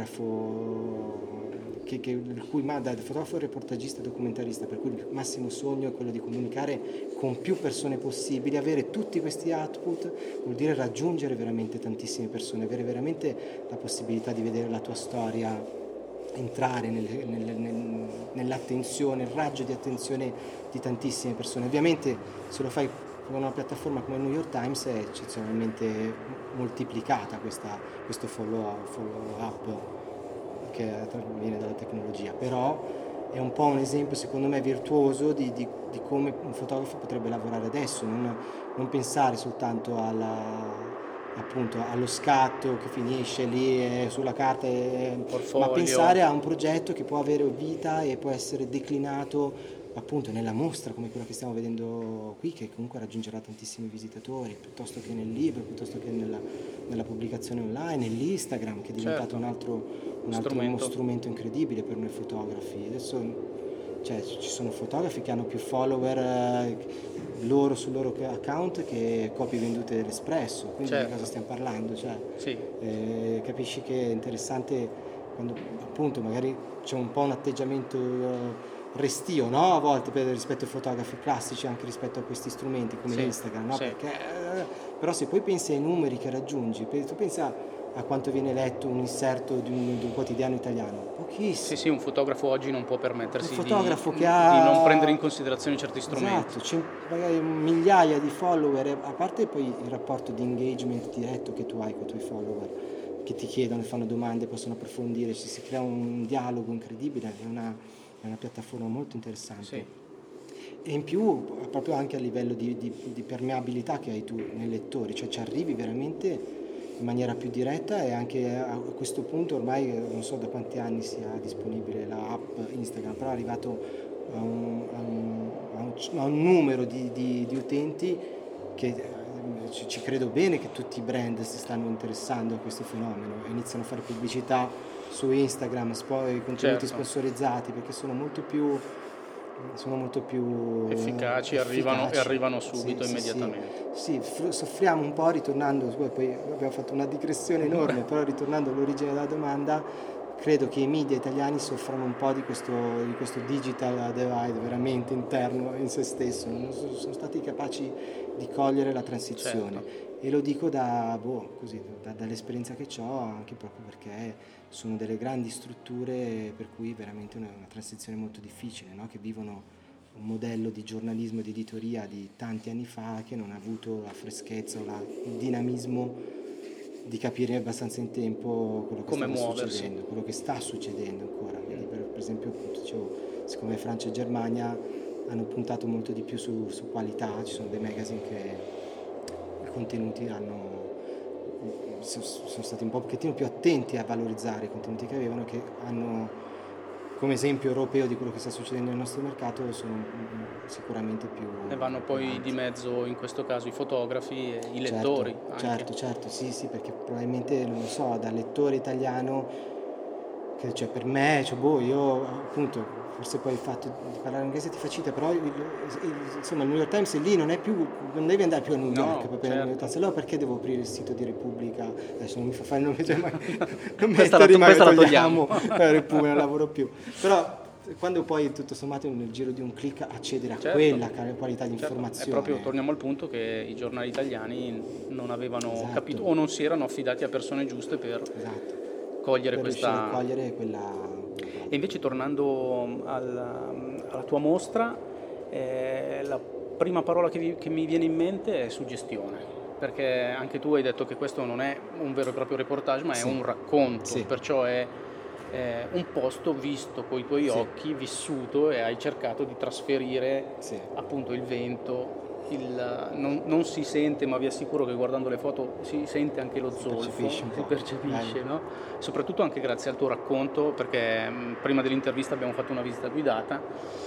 fotografo che, che, il cui, da fotografo reportagista e documentarista, per cui il massimo sogno è quello di comunicare con più persone possibili, avere tutti questi output vuol dire raggiungere veramente tantissime persone, avere veramente la possibilità di vedere la tua storia entrare nel, nel, nel, nell'attenzione, il raggio di attenzione di tantissime persone. Ovviamente se lo fai con una piattaforma come il New York Times è eccezionalmente moltiplicata questa, questo follow, follow up che viene dalla tecnologia, però è un po' un esempio secondo me virtuoso di, di, di come un fotografo potrebbe lavorare adesso, non, non pensare soltanto alla, appunto allo scatto che finisce lì eh, sulla carta, eh, ma pensare a un progetto che può avere vita e può essere declinato appunto nella mostra come quella che stiamo vedendo qui, che comunque raggiungerà tantissimi visitatori, piuttosto che nel libro, piuttosto che nella, nella pubblicazione online, nell'Instagram, che è diventato certo. un altro, un altro strumento. Uno strumento incredibile per noi fotografi. Adesso cioè, ci sono fotografi che hanno più follower eh, loro sul loro account che copie vendute dell'Espresso, quindi certo. di cosa stiamo parlando? Cioè, sì. eh, capisci che è interessante quando appunto magari c'è un po' un atteggiamento eh, restio, no? A volte per, rispetto ai fotografi classici, anche rispetto a questi strumenti come sì, Instagram, no? Sì. Perché, eh, però se poi pensi ai numeri che raggiungi, tu pensa a quanto viene letto un inserto di un, di un quotidiano italiano, pochissimo. Sì, sì, un fotografo oggi non può permettersi un fotografo di, che ha... di non prendere in considerazione certi strumenti. Esatto, c'è magari migliaia di follower, a parte poi il rapporto di engagement diretto che tu hai con i tuoi follower, che ti chiedono, fanno domande, possono approfondire, ci si crea un dialogo incredibile, è una... è una piattaforma molto interessante sì. E in più proprio anche a livello di, di, di permeabilità che hai tu nei lettori, cioè ci arrivi veramente in maniera più diretta, e anche a questo punto ormai non so da quanti anni sia disponibile la app Instagram, però è arrivato a un, a un, a un, a un numero di, di, di utenti che ci, ci credo bene che tutti i brand si stanno interessando a questo fenomeno e iniziano a fare pubblicità su Instagram, poi contenuti certo. sponsorizzati, perché sono molto più sono molto più efficaci, eh, arrivano efficaci. E arrivano subito, sì, immediatamente. Sì, sì, soffriamo un po' ritornando, poi abbiamo fatto una digressione enorme, però ritornando all'origine della domanda, credo che i media italiani soffrano un po' di questo, di questo digital divide veramente interno in se stesso, non sono stati capaci di cogliere la transizione. Certo. E lo dico da, boh, così, da, dall'esperienza che ho, anche proprio perché sono delle grandi strutture per cui veramente una, una transizione molto difficile, no? Che vivono un modello di giornalismo e di editoria di tanti anni fa che non ha avuto la freschezza o la, il dinamismo di capire abbastanza in tempo quello che Come sta muoversi. succedendo, quello che sta succedendo ancora. Quindi per, per esempio, appunto, dicevo, siccome Francia e Germania hanno puntato molto di più su, su qualità, ci sono dei magazine che i contenuti hanno, sono stati un pochettino più attenti a valorizzare i contenuti che avevano, che hanno come esempio europeo di quello che sta succedendo nel nostro mercato, sono sicuramente più... Ne vanno poi avanti. di mezzo in questo caso i fotografi e i Certo, lettori. Anche. Certo, certo, sì, sì, perché probabilmente, non lo so, da lettore italiano, che cioè per me, cioè, boh, io appunto, forse poi il fatto di parlare inglese ti facilita, però il, il, insomma il New York Times è lì, non è più, non devi andare più a New York, No, per certo. New York Times. Allora perché devo aprire il sito di Repubblica? Adesso non mi fa fare il nome, cioè, ma, non Questa mettere, la- ma questa la togliamo togliamo. la Repubblica, non lavoro più. Però quando poi tutto sommato nel giro di un click accedere a Certo. quella qualità di Certo, informazione. è proprio, torniamo al punto che i giornali italiani non avevano Esatto. capito o non si erano affidati a persone giuste per Esatto. cogliere Per riuscire questa... a cogliere quella... E invece tornando alla, alla tua mostra, eh, la prima parola che, vi- che mi viene in mente è suggestione, perché anche tu hai detto che questo non è un vero e proprio reportage, ma è Sì. un racconto, Sì. perciò è eh, un posto visto coi tuoi Sì. occhi, vissuto, e hai cercato di trasferire Sì. appunto il vento. Il, non, non si sente, ma vi assicuro che guardando le foto si sente anche lo Si zolfo, percepisce un si po'. percepisce, Bello. no? Soprattutto anche grazie al tuo racconto, perché mh, prima dell'intervista abbiamo fatto una visita guidata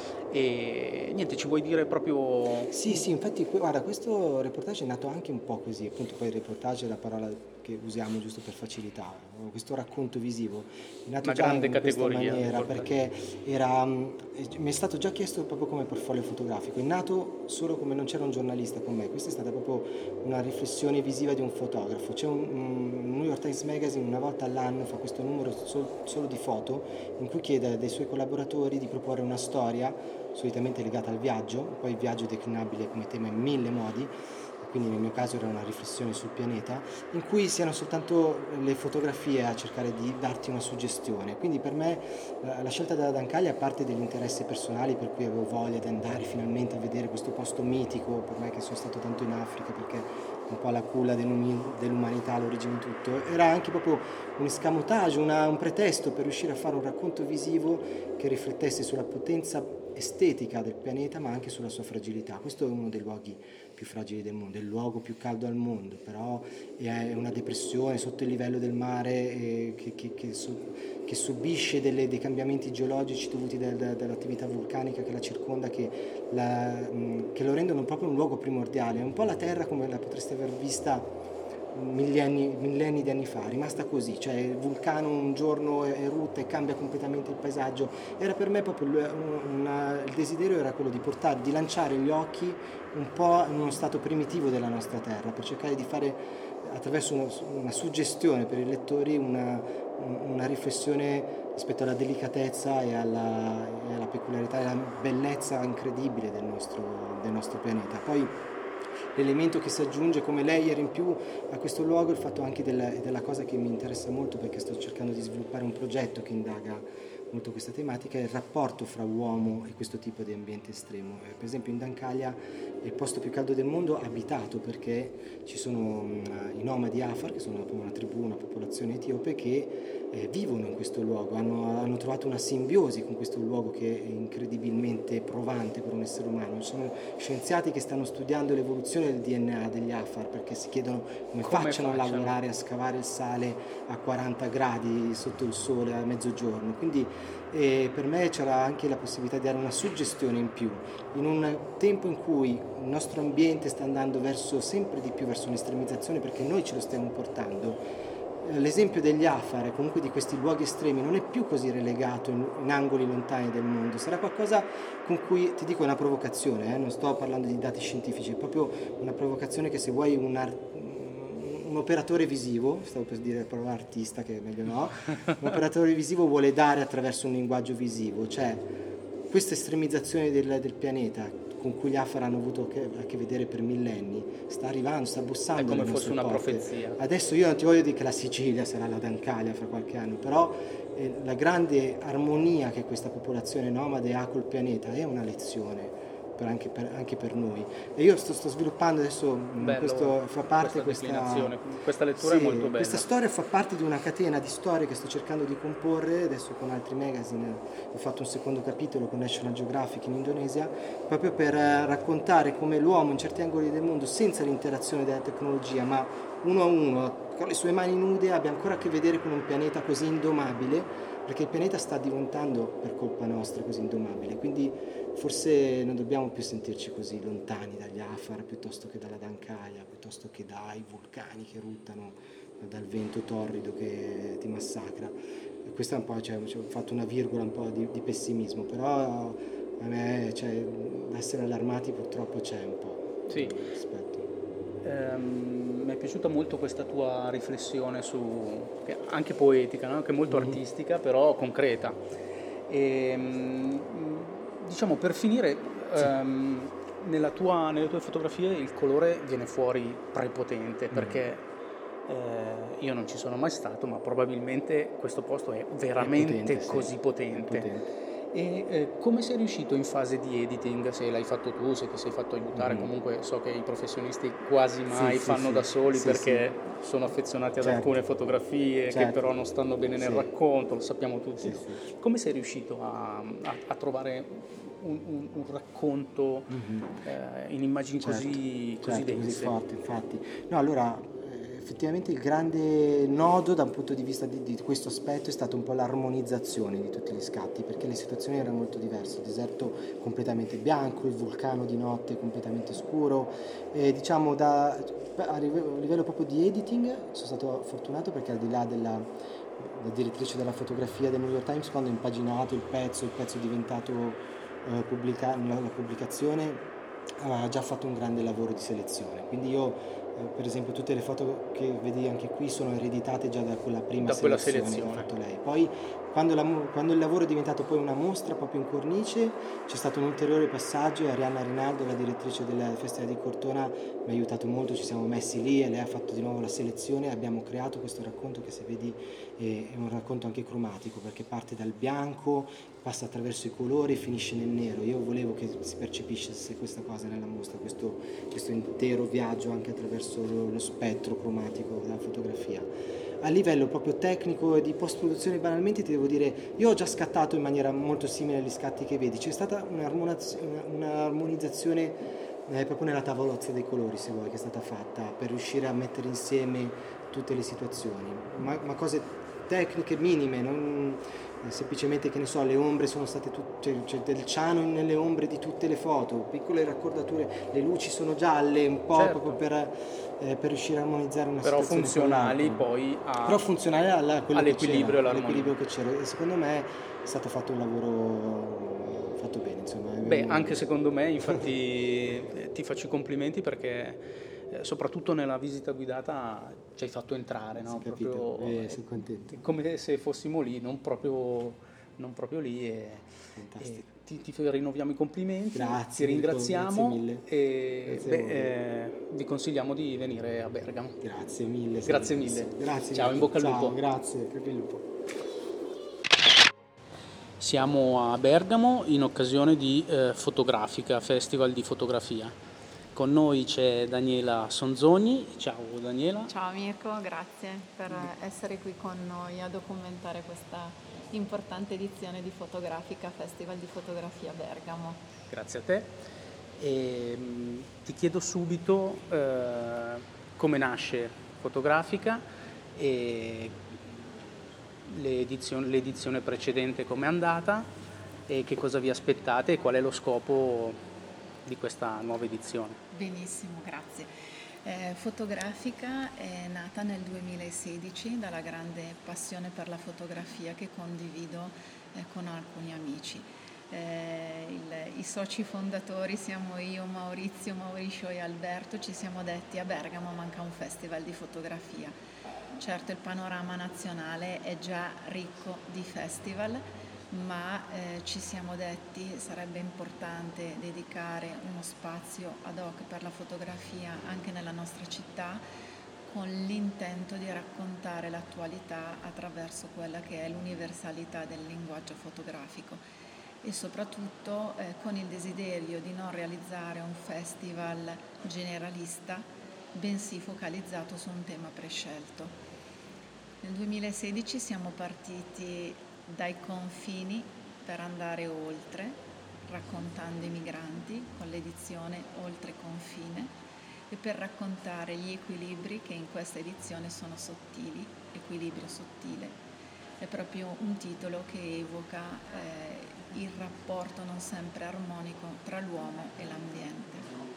e niente, ci vuoi dire proprio... Sì, sì, infatti que- guarda, questo reportage è nato anche un po' così, appunto poi il reportage è la parola che usiamo giusto per facilità, questo racconto visivo è nato Una già grande in questa categoria, maniera reportage. perché era, mh, mi è stato già chiesto proprio come portfolio fotografico, è nato solo come non c'era un giornalista con me, questa è stata proprio una riflessione visiva di un fotografo, c'è un, un New York Times Magazine una volta all'anno fa questo numero sol- solo di foto in cui chiede dai suoi collaboratori di proporre una storia solitamente legata al viaggio, poi il viaggio è declinabile come tema in mille modi, quindi nel mio caso era una riflessione sul pianeta, in cui siano soltanto le fotografie a cercare di darti una suggestione. Quindi per me la, la scelta della Dancaglia parte degli interessi personali, per cui avevo voglia di andare finalmente a vedere questo posto mitico, per me che sono stato tanto in Africa, perché un po' la culla dell'umi- dell'umanità, l'origine di tutto, era anche proprio un escamotage, una, un pretesto per riuscire a fare un racconto visivo che riflettesse sulla potenza estetica del pianeta, ma anche sulla sua fragilità. Questo è uno dei luoghi più fragili del mondo, è il luogo più caldo al mondo, però è una depressione sotto il livello del mare eh, che, che, che, su, che subisce delle, dei cambiamenti geologici dovuti dal, dall'attività vulcanica che la circonda, che, la, mh, che lo rendono proprio un luogo primordiale. È un po' la Terra come la potreste aver vista millenni, millenni di anni fa, è rimasta così, cioè il vulcano un giorno erutta e cambia completamente il paesaggio. Era per me proprio una, il desiderio era quello di portare, di lanciare gli occhi un po' in uno stato primitivo della nostra terra, per cercare di fare attraverso una, una suggestione per i lettori una, una riflessione rispetto alla delicatezza e alla, e alla peculiarità e alla bellezza incredibile del nostro, del nostro pianeta. Poi l'elemento che si aggiunge come layer in più a questo luogo è il fatto anche della, della cosa che mi interessa molto, perché sto cercando di sviluppare un progetto che indaga molto questa tematica, è il rapporto fra uomo e questo tipo di ambiente estremo. Eh, per esempio in Dancaglia è il posto più caldo del mondo abitato, perché ci sono um, i nomadi Afar, che sono una tribù, una popolazione etiope che eh, vivono in questo luogo, hanno, hanno trovato una simbiosi con questo luogo che è incredibilmente provante per un essere umano. Ci sono scienziati che stanno studiando l'evoluzione del D N A degli Afar, perché si chiedono come, come facciano a lavorare, a scavare il sale a quaranta gradi sotto il sole a mezzogiorno. Quindi eh, per me c'era anche la possibilità di dare una suggestione in più in un tempo in cui il nostro ambiente sta andando verso sempre di più verso un'estremizzazione, perché noi ce lo stiamo portando. L'esempio degli Afar e comunque di questi luoghi estremi non è più così relegato in, in angoli lontani del mondo, sarà qualcosa con cui, ti dico, è una provocazione, eh? Non sto parlando di dati scientifici, è proprio una provocazione che, se vuoi un, ar- un operatore visivo, stavo per dire la parola artista che è meglio no, un operatore visivo vuole dare attraverso un linguaggio visivo, cioè questa estremizzazione del, del pianeta, con cui gli Afar hanno avuto che, a che vedere per millenni sta arrivando, sta bussando. È come alle fosse nostre una porte. profezia. Adesso io non ti voglio dire che la Sicilia sarà la Dancalia fra qualche anno, però eh, la grande armonia che questa popolazione nomade ha col pianeta è una lezione. Per anche, per, anche per noi, e io sto, sto sviluppando adesso Bello, questo fa parte questa questa, questa lettura sì, è molto bella. Questa storia fa parte di una catena di storie che sto cercando di comporre adesso con altri magazine. Ho fatto un secondo capitolo con National Geographic in Indonesia proprio per raccontare come l'uomo in certi angoli del mondo, senza l'interazione della tecnologia, ma uno a uno con le sue mani nude, abbia ancora a che vedere con un pianeta così indomabile, perché il pianeta sta diventando per colpa nostra così indomabile, quindi forse non dobbiamo più sentirci così lontani dagli Afar piuttosto che dalla Dancaia, piuttosto che dai vulcani che eruttano, dal vento torrido che ti massacra. E questa è un po', cioè, ho fatto una virgola un po' di, di pessimismo, però a me, cioè, essere allarmati purtroppo c'è un po'. Sì. Rispetto. Um, mi è piaciuta molto questa tua riflessione su, che anche poetica, no? Che è molto mm-hmm. artistica, però concreta. E, diciamo, per finire, sì. um, nella tua, nelle tue fotografie il colore viene fuori prepotente, mm-hmm. perché eh, io non ci sono mai stato, ma probabilmente questo posto è veramente è potente, così sì. potente. potente. E eh, come sei riuscito in fase di editing, se l'hai fatto tu, se ti sei fatto aiutare, mm. comunque so che i professionisti quasi mai sì, fanno sì, da soli sì, perché sì. sono affezionati ad certo. alcune fotografie certo. che però non stanno bene nel sì. racconto, lo sappiamo tutti. Sì, sì. Come sei riuscito a, a, a trovare un, un, un racconto mm-hmm. eh, in immagini certo. così, così certo, dense? Così forti, infatti. No, allora... effettivamente il grande nodo da un punto di vista di, di questo aspetto è stata un po' l'armonizzazione di tutti gli scatti, perché le situazioni erano molto diverse, il deserto completamente bianco, il vulcano di notte completamente scuro, e diciamo da, a livello proprio di editing sono stato fortunato perché al di là della la direttrice della fotografia del New York Times, quando ha impaginato il pezzo, il pezzo è diventato eh, pubblica, la, la pubblicazione, aveva già fatto un grande lavoro di selezione, quindi io per esempio tutte le foto che vedi anche qui sono ereditate già da quella prima da quella selezione, selezione che ha fatto lei. Poi quando, la, quando il lavoro è diventato poi una mostra proprio in cornice, c'è stato un ulteriore passaggio e Arianna Rinaldo, la direttrice del Festival di Cortona, mi ha aiutato molto, ci siamo messi lì e lei ha fatto di nuovo la selezione e abbiamo creato questo racconto che, se vedi, è un racconto anche cromatico, perché parte dal bianco, passa attraverso i colori e finisce nel nero. Io volevo che si percepisse questa cosa nella mostra, questo, questo intero viaggio anche attraverso lo, lo spettro cromatico della fotografia. A livello proprio tecnico e di post-produzione, banalmente ti devo dire, io ho già scattato in maniera molto simile agli scatti che vedi, c'è stata un'armonizzazione eh, proprio nella tavolozza dei colori, se vuoi, che è stata fatta per riuscire a mettere insieme tutte le situazioni, ma, ma cose tecniche minime, non semplicemente, che ne so, le ombre sono state tutte, c'è del ciano nelle ombre di tutte le foto, piccole raccordature, le luci sono gialle un po' certo. proprio per, eh, per riuscire a armonizzare una però situazione funzionali poi a, però funzionali alla, all'equilibrio, che all'equilibrio che c'era, e secondo me è stato fatto un lavoro fatto bene, insomma. Beh, anche secondo me, infatti ti faccio i complimenti perché soprattutto nella visita guidata ci hai fatto entrare, no? Proprio, eh, sono contento. Come se fossimo lì, non proprio, non proprio lì. E, e ti, ti rinnoviamo i complimenti, grazie, ti ringraziamo, grazie mille. E grazie beh, eh, vi consigliamo di venire a Bergamo. Grazie mille. Grazie mille. Grazie. Ciao, in bocca al Ciao, lupo. Grazie, crepi il lupo. Siamo a Bergamo in occasione di eh, Fotografica, Festival di Fotografia. Con noi c'è Daniela Sonzogni. Ciao Daniela. Ciao Mirko, grazie per essere qui con noi a documentare questa importante edizione di Fotografica, Festival di Fotografia Bergamo. Grazie a te. E, mh, ti chiedo subito eh, come nasce Fotografica e l'edizione, l'edizione precedente come è andata e che cosa vi aspettate e qual è lo scopo di questa nuova edizione. Benissimo, grazie. Eh, Fotografica è nata nel duemilasedici dalla grande passione per la fotografia che condivido eh, con alcuni amici. Eh, il, I soci fondatori siamo io, Maurizio, Mauricio e Alberto. Ci siamo detti: a Bergamo manca un festival di fotografia. Certo, il panorama nazionale è già ricco di festival, ma eh, ci siamo detti sarebbe importante dedicare uno spazio ad hoc per la fotografia anche nella nostra città, con l'intento di raccontare l'attualità attraverso quella che è l'universalità del linguaggio fotografico e soprattutto eh, con il desiderio di non realizzare un festival generalista, bensì focalizzato su un tema prescelto. Nel duemilasedici siamo partiti dai confini per andare oltre, raccontando i migranti con l'edizione Oltre confine e per raccontare gli equilibri che in questa edizione sono sottili, equilibrio sottile. È proprio un titolo che evoca eh, il rapporto non sempre armonico tra l'uomo e l'ambiente.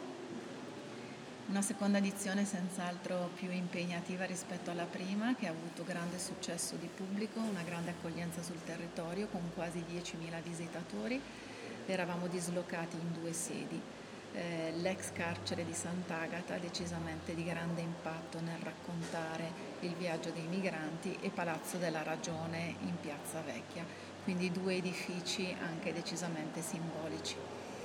Una seconda edizione senz'altro più impegnativa rispetto alla prima, che ha avuto grande successo di pubblico, una grande accoglienza sul territorio con quasi diecimila visitatori. Eravamo dislocati in due sedi. Eh, l'ex carcere di Sant'Agata, decisamente di grande impatto nel raccontare il viaggio dei migranti, e Palazzo della Ragione in Piazza Vecchia, quindi due edifici anche decisamente simbolici.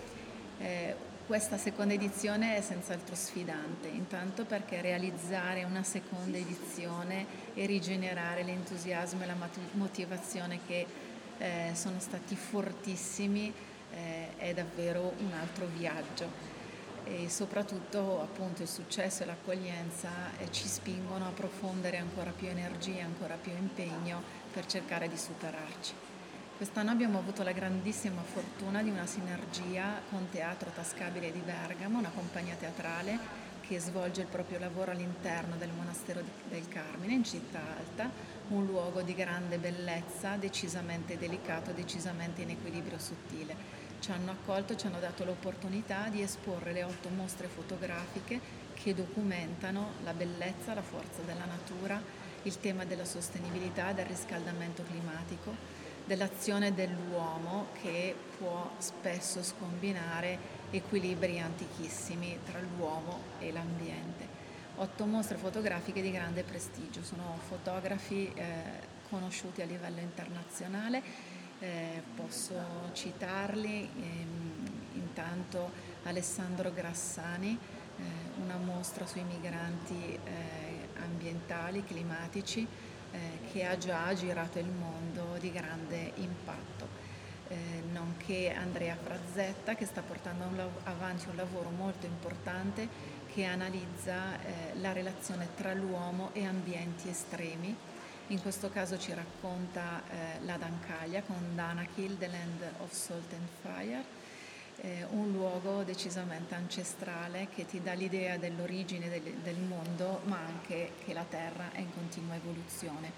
Eh, Questa seconda edizione è senz'altro sfidante, intanto perché realizzare una seconda edizione e rigenerare l'entusiasmo e la motivazione che eh, sono stati fortissimi eh, è davvero un altro viaggio e soprattutto appunto il successo e l'accoglienza eh, ci spingono a profondere ancora più energia, ancora più impegno per cercare di superarci. Quest'anno abbiamo avuto la grandissima fortuna di una sinergia con Teatro Tascabile di Bergamo, una compagnia teatrale che svolge il proprio lavoro all'interno del Monastero del Carmine in Città Alta, un luogo di grande bellezza, decisamente delicato, decisamente in equilibrio sottile. Ci hanno accolto, ci hanno dato l'opportunità di esporre le otto mostre fotografiche che documentano la bellezza, la forza della natura, il tema della sostenibilità, del riscaldamento climatico, dell'azione dell'uomo che può spesso scombinare equilibri antichissimi tra l'uomo e l'ambiente. Otto mostre fotografiche di grande prestigio, sono fotografi eh, conosciuti a livello internazionale, eh, posso citarli, ehm, intanto Alessandro Grassani, eh, una mostra sui migranti eh, ambientali, climatici, Eh, che ha già girato il mondo di grande impatto, eh, nonché Andrea Frazzetta che sta portando un lav- avanti un lavoro molto importante che analizza eh, la relazione tra l'uomo e ambienti estremi. In questo caso ci racconta eh, la Dancaglia con Danakil, The Land of Salt and Fire, eh, un luogo decisamente ancestrale che ti dà l'idea dell'origine del, del mondo, ma anche che la Terra è in continua evoluzione.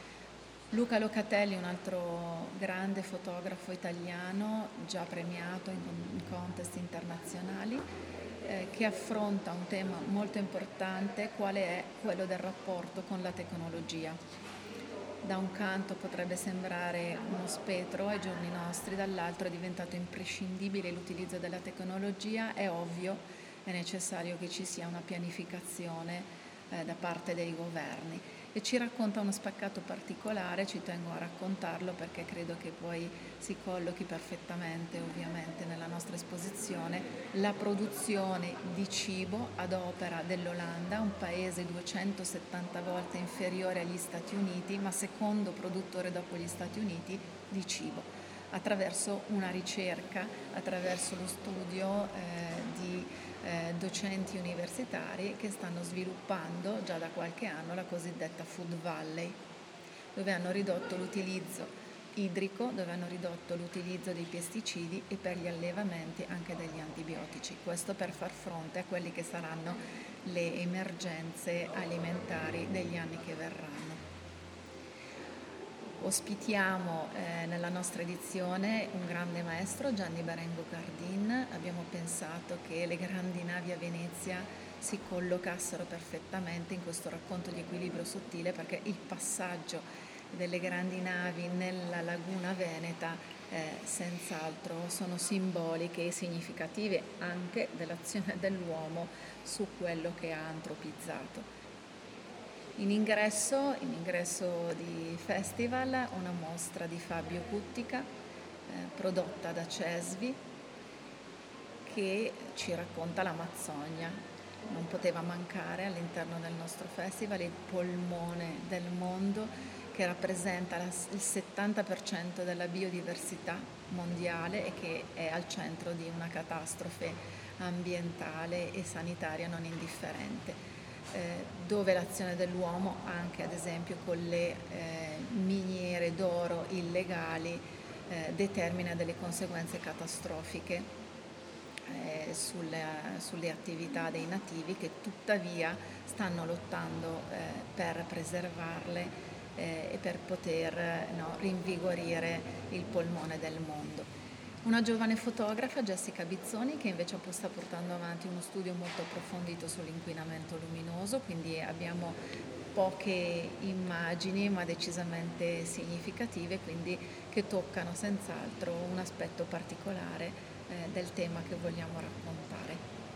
Luca Locatelli, un altro grande fotografo italiano, già premiato in, in contest internazionali, eh, che affronta un tema molto importante, quale è quello del rapporto con la tecnologia. Da un canto potrebbe sembrare uno spettro ai giorni nostri, dall'altro è diventato imprescindibile l'utilizzo della tecnologia. È ovvio, è necessario che ci sia una pianificazione eh, da parte dei governi, e ci racconta uno spaccato particolare. Ci tengo a raccontarlo perché credo che poi si collochi perfettamente ovviamente nella nostra esposizione: la produzione di cibo ad opera dell'Olanda, un paese duecentosettanta volte inferiore agli Stati Uniti, ma secondo produttore dopo gli Stati Uniti di cibo, attraverso una ricerca, attraverso lo studio eh, di eh, docenti universitari che stanno sviluppando già da qualche anno la cosiddetta Food Valley, dove hanno ridotto l'utilizzo idrico, dove hanno ridotto l'utilizzo dei pesticidi e per gli allevamenti anche degli antibiotici. Questo per far fronte a quelli che saranno le emergenze alimentari degli anni che verranno. Ospitiamo eh, nella nostra edizione un grande maestro, Gianni Berengo Gardin. Abbiamo pensato che le grandi navi a Venezia si collocassero perfettamente in questo racconto di equilibrio sottile, perché il passaggio delle grandi navi nella laguna veneta eh, senz'altro sono simboliche e significative anche dell'azione dell'uomo su quello che ha antropizzato. In ingresso, in ingresso di festival, una mostra di Fabio Cuttica, prodotta da Cesvi, che ci racconta l'Amazzonia. Non poteva mancare all'interno del nostro festival il polmone del mondo, che rappresenta il settanta per cento della biodiversità mondiale e che è al centro di una catastrofe ambientale e sanitaria non indifferente, eh, dove l'azione dell'uomo, anche ad esempio con le eh, miniere d'oro illegali, eh, determina delle conseguenze catastrofiche eh, sulle, sulle attività dei nativi, che tuttavia stanno lottando eh, per preservarle eh, e per poter no, rinvigorire il polmone del mondo. Una giovane fotografa, Jessica Bizzoni, che invece sta portando avanti uno studio molto approfondito sull'inquinamento luminoso, quindi abbiamo poche immagini ma decisamente significative, quindi che toccano senz'altro un aspetto particolare eh, del tema che vogliamo raccontare.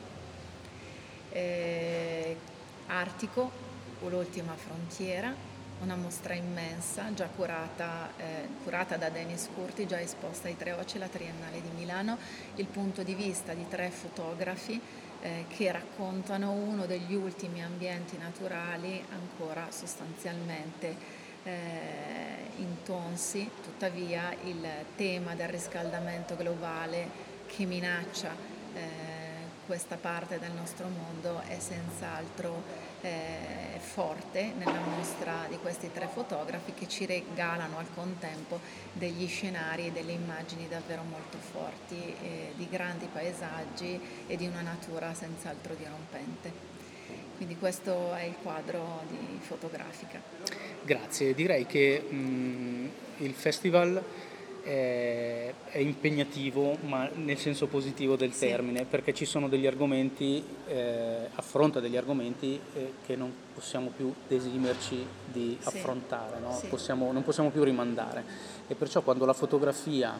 Eh, Artico, o l'ultima frontiera, una mostra immensa, già curata, eh, curata da Denis Curti, già esposta ai Tre Occhi alla Triennale di Milano, il punto di vista di tre fotografi eh, che raccontano uno degli ultimi ambienti naturali ancora sostanzialmente eh, intonsi. Tuttavia il tema del riscaldamento globale che minaccia eh, questa parte del nostro mondo è senz'altro eh, forte nella mostra di questi tre fotografi, che ci regalano al contempo degli scenari e delle immagini davvero molto forti eh, di grandi paesaggi e di una natura senz'altro dirompente. Quindi questo è il quadro di Fotografica. Grazie, direi che mh, il festival è, è impegnativo, ma nel senso positivo del sì. termine, perché ci sono degli argomenti, eh, affronta degli argomenti eh, che non possiamo più desimerci di sì. affrontare, no? Sì. Possiamo, non possiamo più rimandare, e perciò quando la fotografia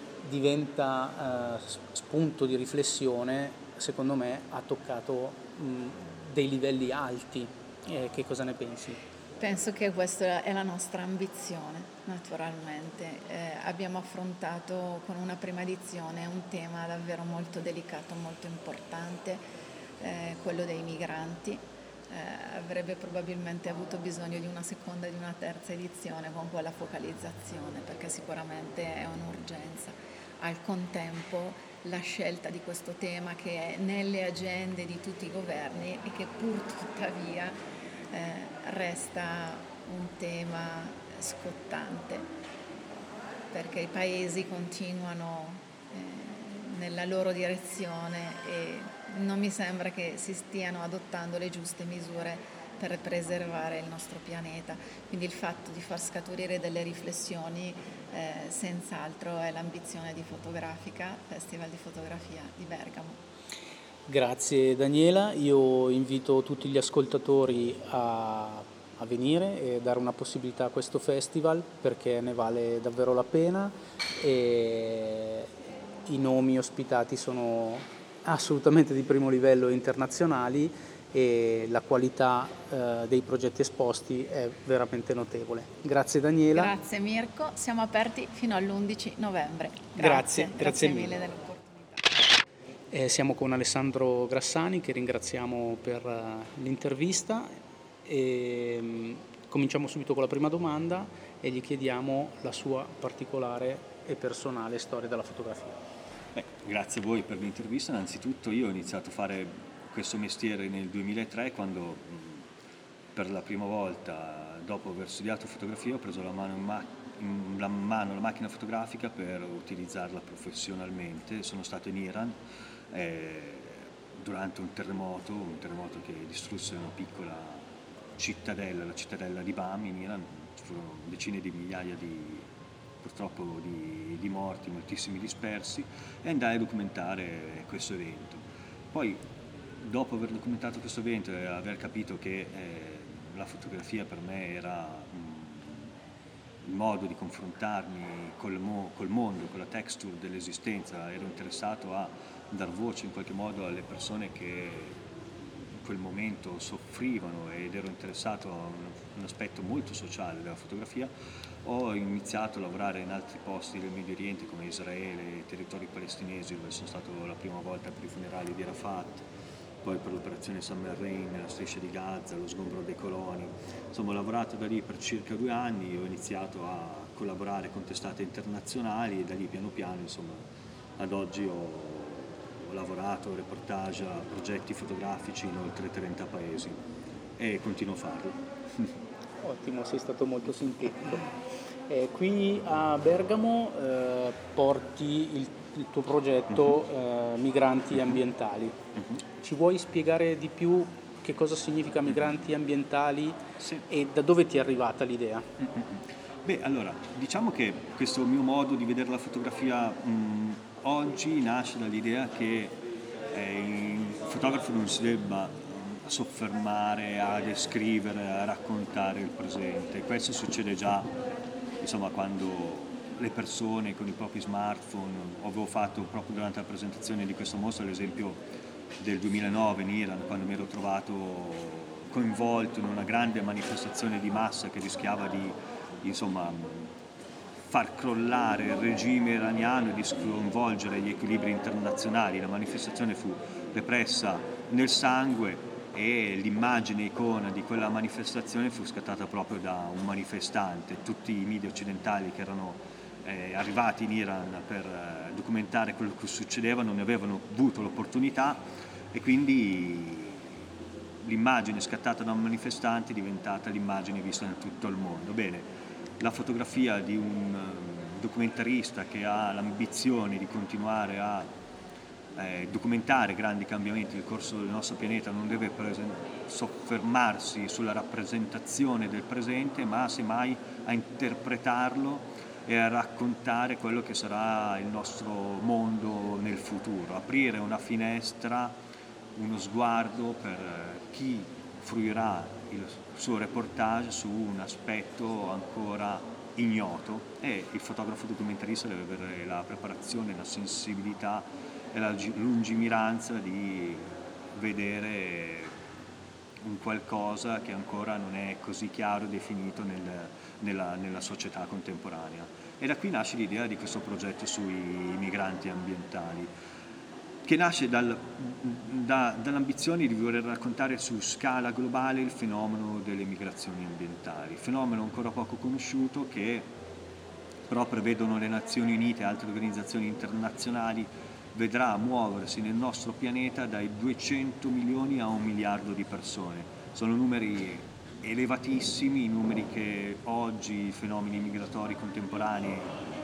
diventa eh, spunto di riflessione, secondo me ha toccato mh, dei livelli alti. Eh, che cosa ne pensi? Penso che questa è la nostra ambizione, naturalmente. Eh, abbiamo affrontato con una prima edizione un tema davvero molto delicato, molto importante, eh, quello dei migranti. Eh, avrebbe probabilmente avuto bisogno di una seconda e di una terza edizione con quella focalizzazione, perché sicuramente è un'urgenza. Al contempo la scelta di questo tema, che è nelle agende di tutti i governi e che pur tuttavia Eh, resta un tema scottante, perché i paesi continuano eh, nella loro direzione e non mi sembra che si stiano adottando le giuste misure per preservare il nostro pianeta. Quindi il fatto di far scaturire delle riflessioni eh, senz'altro è l'ambizione di Fotografica, Festival di Fotografia di Bergamo. Grazie Daniela, io invito tutti gli ascoltatori a, a venire e dare una possibilità a questo festival, perché ne vale davvero la pena e i nomi ospitati sono assolutamente di primo livello internazionali e la qualità eh, dei progetti esposti è veramente notevole. Grazie Daniela. Grazie Mirko, siamo aperti fino all'undici novembre. Grazie, grazie, grazie, grazie mille, mille dell'opportunità. Eh, siamo con Alessandro Grassani, che ringraziamo per uh, l'intervista, e um, cominciamo subito con la prima domanda e gli chiediamo la sua particolare e personale storia della fotografia. Beh, grazie a voi per l'intervista. Innanzitutto io ho iniziato a fare questo mestiere nel duemilatré, quando mh, per la prima volta, dopo aver studiato fotografia, ho preso la mano in macchina in la mano la macchina fotografica per utilizzarla professionalmente. Sono stato in Iran eh, durante un terremoto, un terremoto che distrusse una piccola cittadella, la cittadella di Bam in Iran. Ci furono decine di migliaia di, purtroppo, di, di morti, moltissimi dispersi, e andai a documentare questo evento. Poi, dopo aver documentato questo evento e aver capito che eh, la fotografia per me era mh, il modo di confrontarmi col, mo- col mondo, con la texture dell'esistenza, ero interessato a dar voce in qualche modo alle persone che in quel momento soffrivano, ed ero interessato a un, un aspetto molto sociale della fotografia. ho iniziato a lavorare in altri posti del Medio Oriente come Israele, i territori palestinesi, dove sono stato la prima volta per i funerali di Arafat, poi per l'operazione Summer Rain, la striscia di Gaza, lo sgombro dei coloni. Insomma, ho lavorato da lì per circa due anni, ho iniziato a collaborare con testate internazionali e da lì piano piano, insomma, ad oggi ho, ho lavorato reportage a progetti fotografici in oltre trenta paesi e continuo a farlo. Ottimo, sei stato molto sintetico. Eh, qui a Bergamo eh, porti il, il tuo progetto uh-huh. eh, Migranti Ambientali. Uh-huh. Ci vuoi spiegare di più che cosa significa Migranti Ambientali sì. e da dove ti è arrivata l'idea? Uh-huh. Beh, allora, diciamo che questo mio modo di vedere la fotografia mh, oggi nasce dall'idea che eh, il fotografo non si debba soffermare a descrivere, a raccontare il presente. Questo succede già, insomma, quando le persone con i propri smartphone, avevo fatto proprio durante la presentazione di questa mostra l'esempio del duemilanove in Iran, quando mi ero trovato coinvolto in una grande manifestazione di massa che rischiava di, insomma, far crollare il regime iraniano e di sconvolgere gli equilibri internazionali. La manifestazione fu repressa nel sangue e l'immagine icona di quella manifestazione fu scattata proprio da un manifestante. Tutti i media occidentali che erano eh, arrivati in Iran per eh, documentare quello che succedeva non ne avevano avuto l'opportunità e quindi l'immagine scattata da un manifestante è diventata l'immagine vista in tutto il mondo. Bene, la fotografia di un documentarista che ha l'ambizione di continuare a Eh, documentare grandi cambiamenti nel corso del nostro pianeta non deve presen- soffermarsi sulla rappresentazione del presente, ma semmai a interpretarlo e a raccontare quello che sarà il nostro mondo nel futuro, aprire una finestra, uno sguardo per chi fruirà il suo reportage su un aspetto ancora ignoto, e il fotografo documentarista deve avere la preparazione, la sensibilità e la lungimiranza di vedere un qualcosa che ancora non è così chiaro definito nel, nella, nella società contemporanea. E da qui nasce l'idea di questo progetto sui migranti ambientali, che nasce dal, da, dall'ambizione di voler raccontare su scala globale il fenomeno delle migrazioni ambientali, fenomeno ancora poco conosciuto che però prevedono le Nazioni Unite e altre organizzazioni internazionali vedrà muoversi nel nostro pianeta dai duecento milioni a un miliardo di persone. Sono numeri elevatissimi, numeri che oggi i fenomeni migratori contemporanei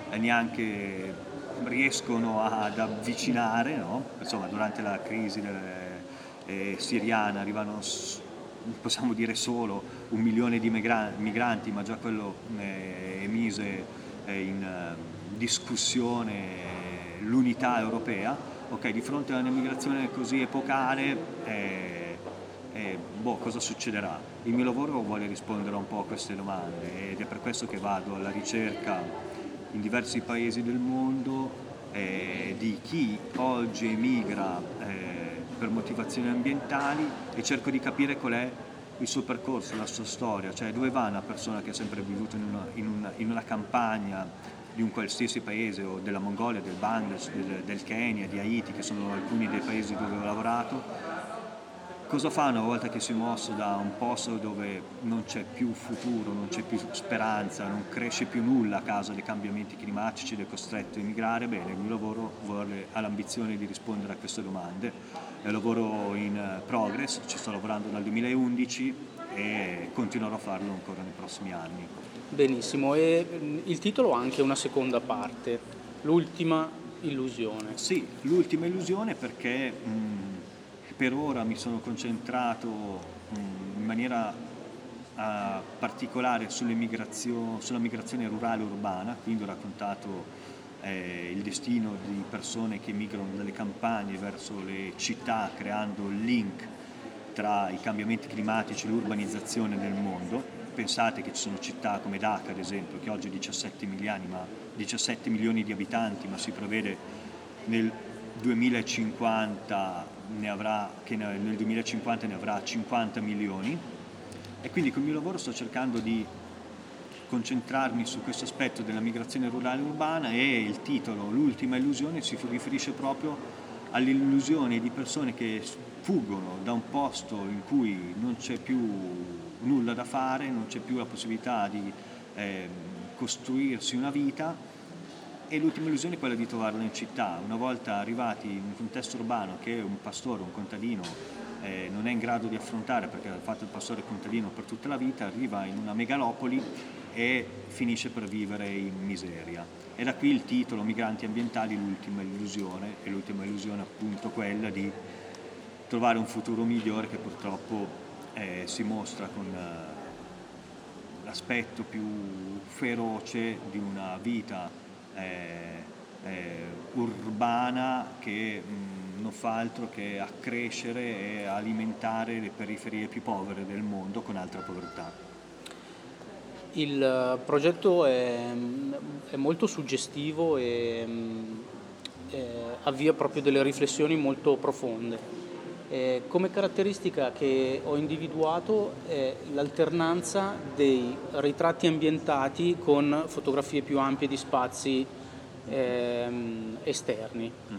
neanche riescono ad avvicinare, no? Insomma, durante la crisi delle, eh, siriana arrivano, possiamo dire, solo un milione di migra- migranti, ma già quello eh, mise eh, in eh, discussione l'unità europea. Ok, di fronte a un'emigrazione così epocale, eh, eh, boh, cosa succederà? Il mio lavoro vuole rispondere un po' a queste domande ed è per questo che vado alla ricerca in diversi paesi del mondo eh, di chi oggi emigra eh, per motivazioni ambientali e cerco di capire qual è il suo percorso, la sua storia, cioè dove va una persona che ha sempre vissuto in una, in una, in una campagna di un qualsiasi paese, o della Mongolia, del Bangladesh, del, del Kenya, di Haiti, che sono alcuni dei paesi dove ho lavorato. Cosa fa una volta che si è mosso da un posto dove non c'è più futuro, non c'è più speranza, non cresce più nulla a causa dei cambiamenti climatici ed è costretto a emigrare? Bene, il mio lavoro vuole, ha l'ambizione di rispondere a queste domande. È un lavoro in progress, ci sto lavorando dal duemilaundici e continuerò a farlo ancora nei prossimi anni. Benissimo, e il titolo ha anche una seconda parte, l'ultima illusione. Sì, l'ultima illusione perché mh, per ora mi sono concentrato mh, in maniera uh, particolare sulle migrazio- sulla migrazione rurale urbana, quindi ho raccontato eh, il destino di persone che migrano dalle campagne verso le città, creando il link tra i cambiamenti climatici e l'urbanizzazione nel mondo. Pensate che ci sono città come Dhaka, ad esempio, che oggi ha diciassette milioni, ma diciassette milioni di abitanti, ma si prevede nel duemilacinquanta ne avrà, che nel duemilacinquanta ne avrà cinquanta milioni. E quindi con il mio lavoro sto cercando di concentrarmi su questo aspetto della migrazione rurale urbana, e il titolo L'ultima illusione si riferisce proprio all'illusione di persone che fuggono da un posto in cui non c'è più nulla da fare, non c'è più la possibilità di eh, costruirsi una vita, e l'ultima illusione è quella di trovarla in città. Una volta arrivati in un contesto urbano che un pastore, un contadino eh, non è in grado di affrontare, perché ha fatto il pastore contadino per tutta la vita, arriva in una megalopoli e finisce per vivere in miseria. E da qui il titolo Migranti ambientali, l'ultima illusione, e l'ultima illusione appunto quella di trovare un futuro migliore, che purtroppo eh, si mostra con eh, l'aspetto più feroce di una vita eh, eh, urbana che mh, non fa altro che accrescere e alimentare le periferie più povere del mondo con altra povertà. Il progetto è, è molto suggestivo e eh, avvia proprio delle riflessioni molto profonde. Eh, come caratteristica che ho individuato è l'alternanza dei ritratti ambientati con fotografie più ampie di spazi ehm, esterni, uh-huh.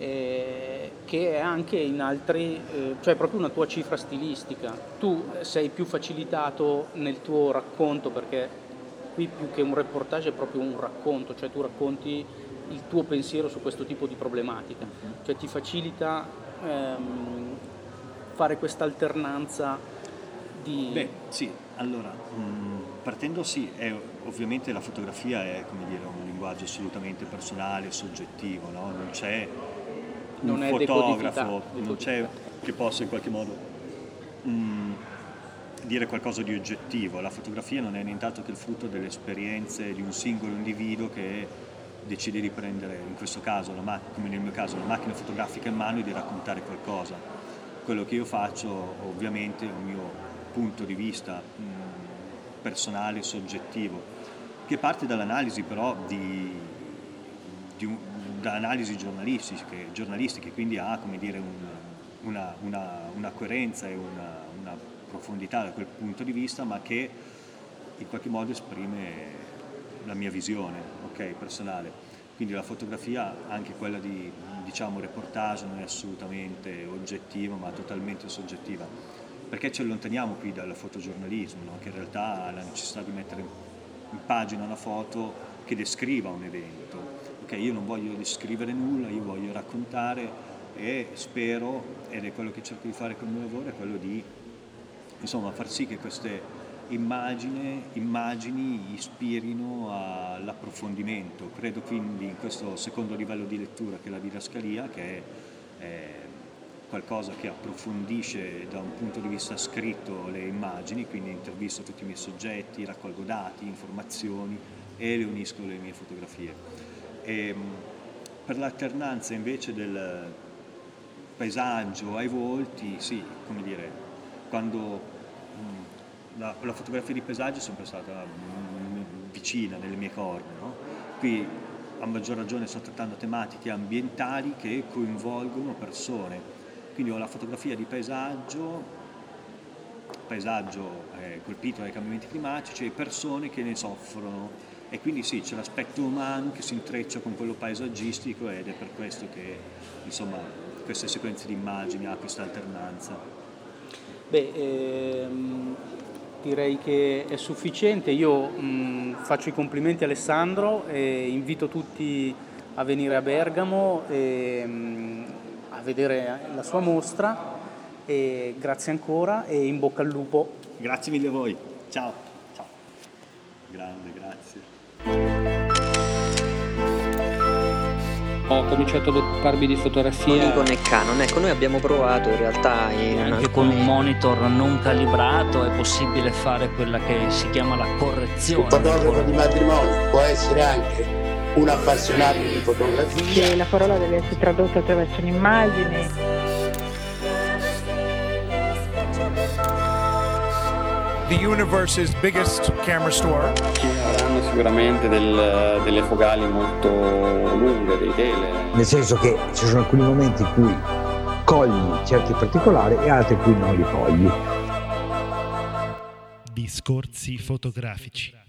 eh, che è anche in altri, eh, cioè proprio una tua cifra stilistica. Tu sei più facilitato nel tuo racconto, perché qui più che un reportage è proprio un racconto, cioè tu racconti il tuo pensiero su questo tipo di problematica, uh-huh. cioè ti facilita Ehm, fare questa alternanza di... Beh, sì, allora, mh, partendo sì, è, ovviamente la fotografia è, come dire, un linguaggio assolutamente personale, soggettivo, no? Non c'è un non è fotografo, non c'è che possa in qualche modo mh, dire qualcosa di oggettivo. La fotografia non è nient'altro che il frutto delle esperienze di un singolo individuo che decide di prendere, in questo caso, la ma- come nel mio caso, la macchina fotografica in mano e di raccontare qualcosa. Quello che io faccio, ovviamente, è un mio punto di vista mh, personale, soggettivo, che parte dall'analisi però di, di un, da analisi giornalistiche, giornalistiche, quindi ha, come dire, un, una, una, una coerenza e una, una profondità da quel punto di vista, ma che in qualche modo esprime la mia visione, ok, personale. Quindi la fotografia, anche quella di, diciamo, reportage, non è assolutamente oggettiva, ma totalmente soggettiva, perché ci allontaniamo qui dal fotogiornalismo, no? Che in realtà ha la necessità di mettere in pagina una foto che descriva un evento. Ok, io non voglio descrivere nulla, io voglio raccontare, e spero, ed è quello che cerco di fare con il mio lavoro, è quello di, insomma, far sì che queste Immagine, immagini ispirino all'approfondimento. Credo quindi in questo secondo livello di lettura, che è la didascalia, che è eh, qualcosa che approfondisce da un punto di vista scritto le immagini, quindi intervisto tutti i miei soggetti, raccolgo dati, informazioni e le unisco alle mie fotografie. E, per l'alternanza invece del paesaggio ai volti, sì, come dire, quando La, la fotografia di paesaggio è sempre stata mh, vicina nelle mie corde, no? Qui a maggior ragione sto trattando tematiche ambientali che coinvolgono persone, quindi ho la fotografia di paesaggio, paesaggio eh, colpito dai cambiamenti climatici e persone che ne soffrono, e quindi sì, c'è l'aspetto umano che si intreccia con quello paesaggistico, ed è per questo che, insomma, queste sequenze di immagini ha questa alternanza. Beh, ehm... direi che è sufficiente. Io mh, faccio i complimenti a Alessandro e invito tutti a venire a Bergamo e mh, a vedere la sua mostra, e grazie ancora e in bocca al lupo. Grazie mille a voi, ciao. Ciao. Grande, grazie. Ho cominciato ad occuparmi di fotografia. Non Nikon e Canon, ecco, noi abbiamo provato in realtà in anche alcuni... con un monitor non calibrato è possibile fare quella che si chiama la correzione. Un fotografo di matrimonio può essere anche un appassionato di fotografia. E la parola deve essere tradotta attraverso un'immagine. The universe's biggest camera store. Avranno sicuramente del, delle focali molto lunghe, dei tele. Nel senso che ci sono alcuni momenti in cui cogli certi particolari e altri in cui non li cogli. Discorsi fotografici.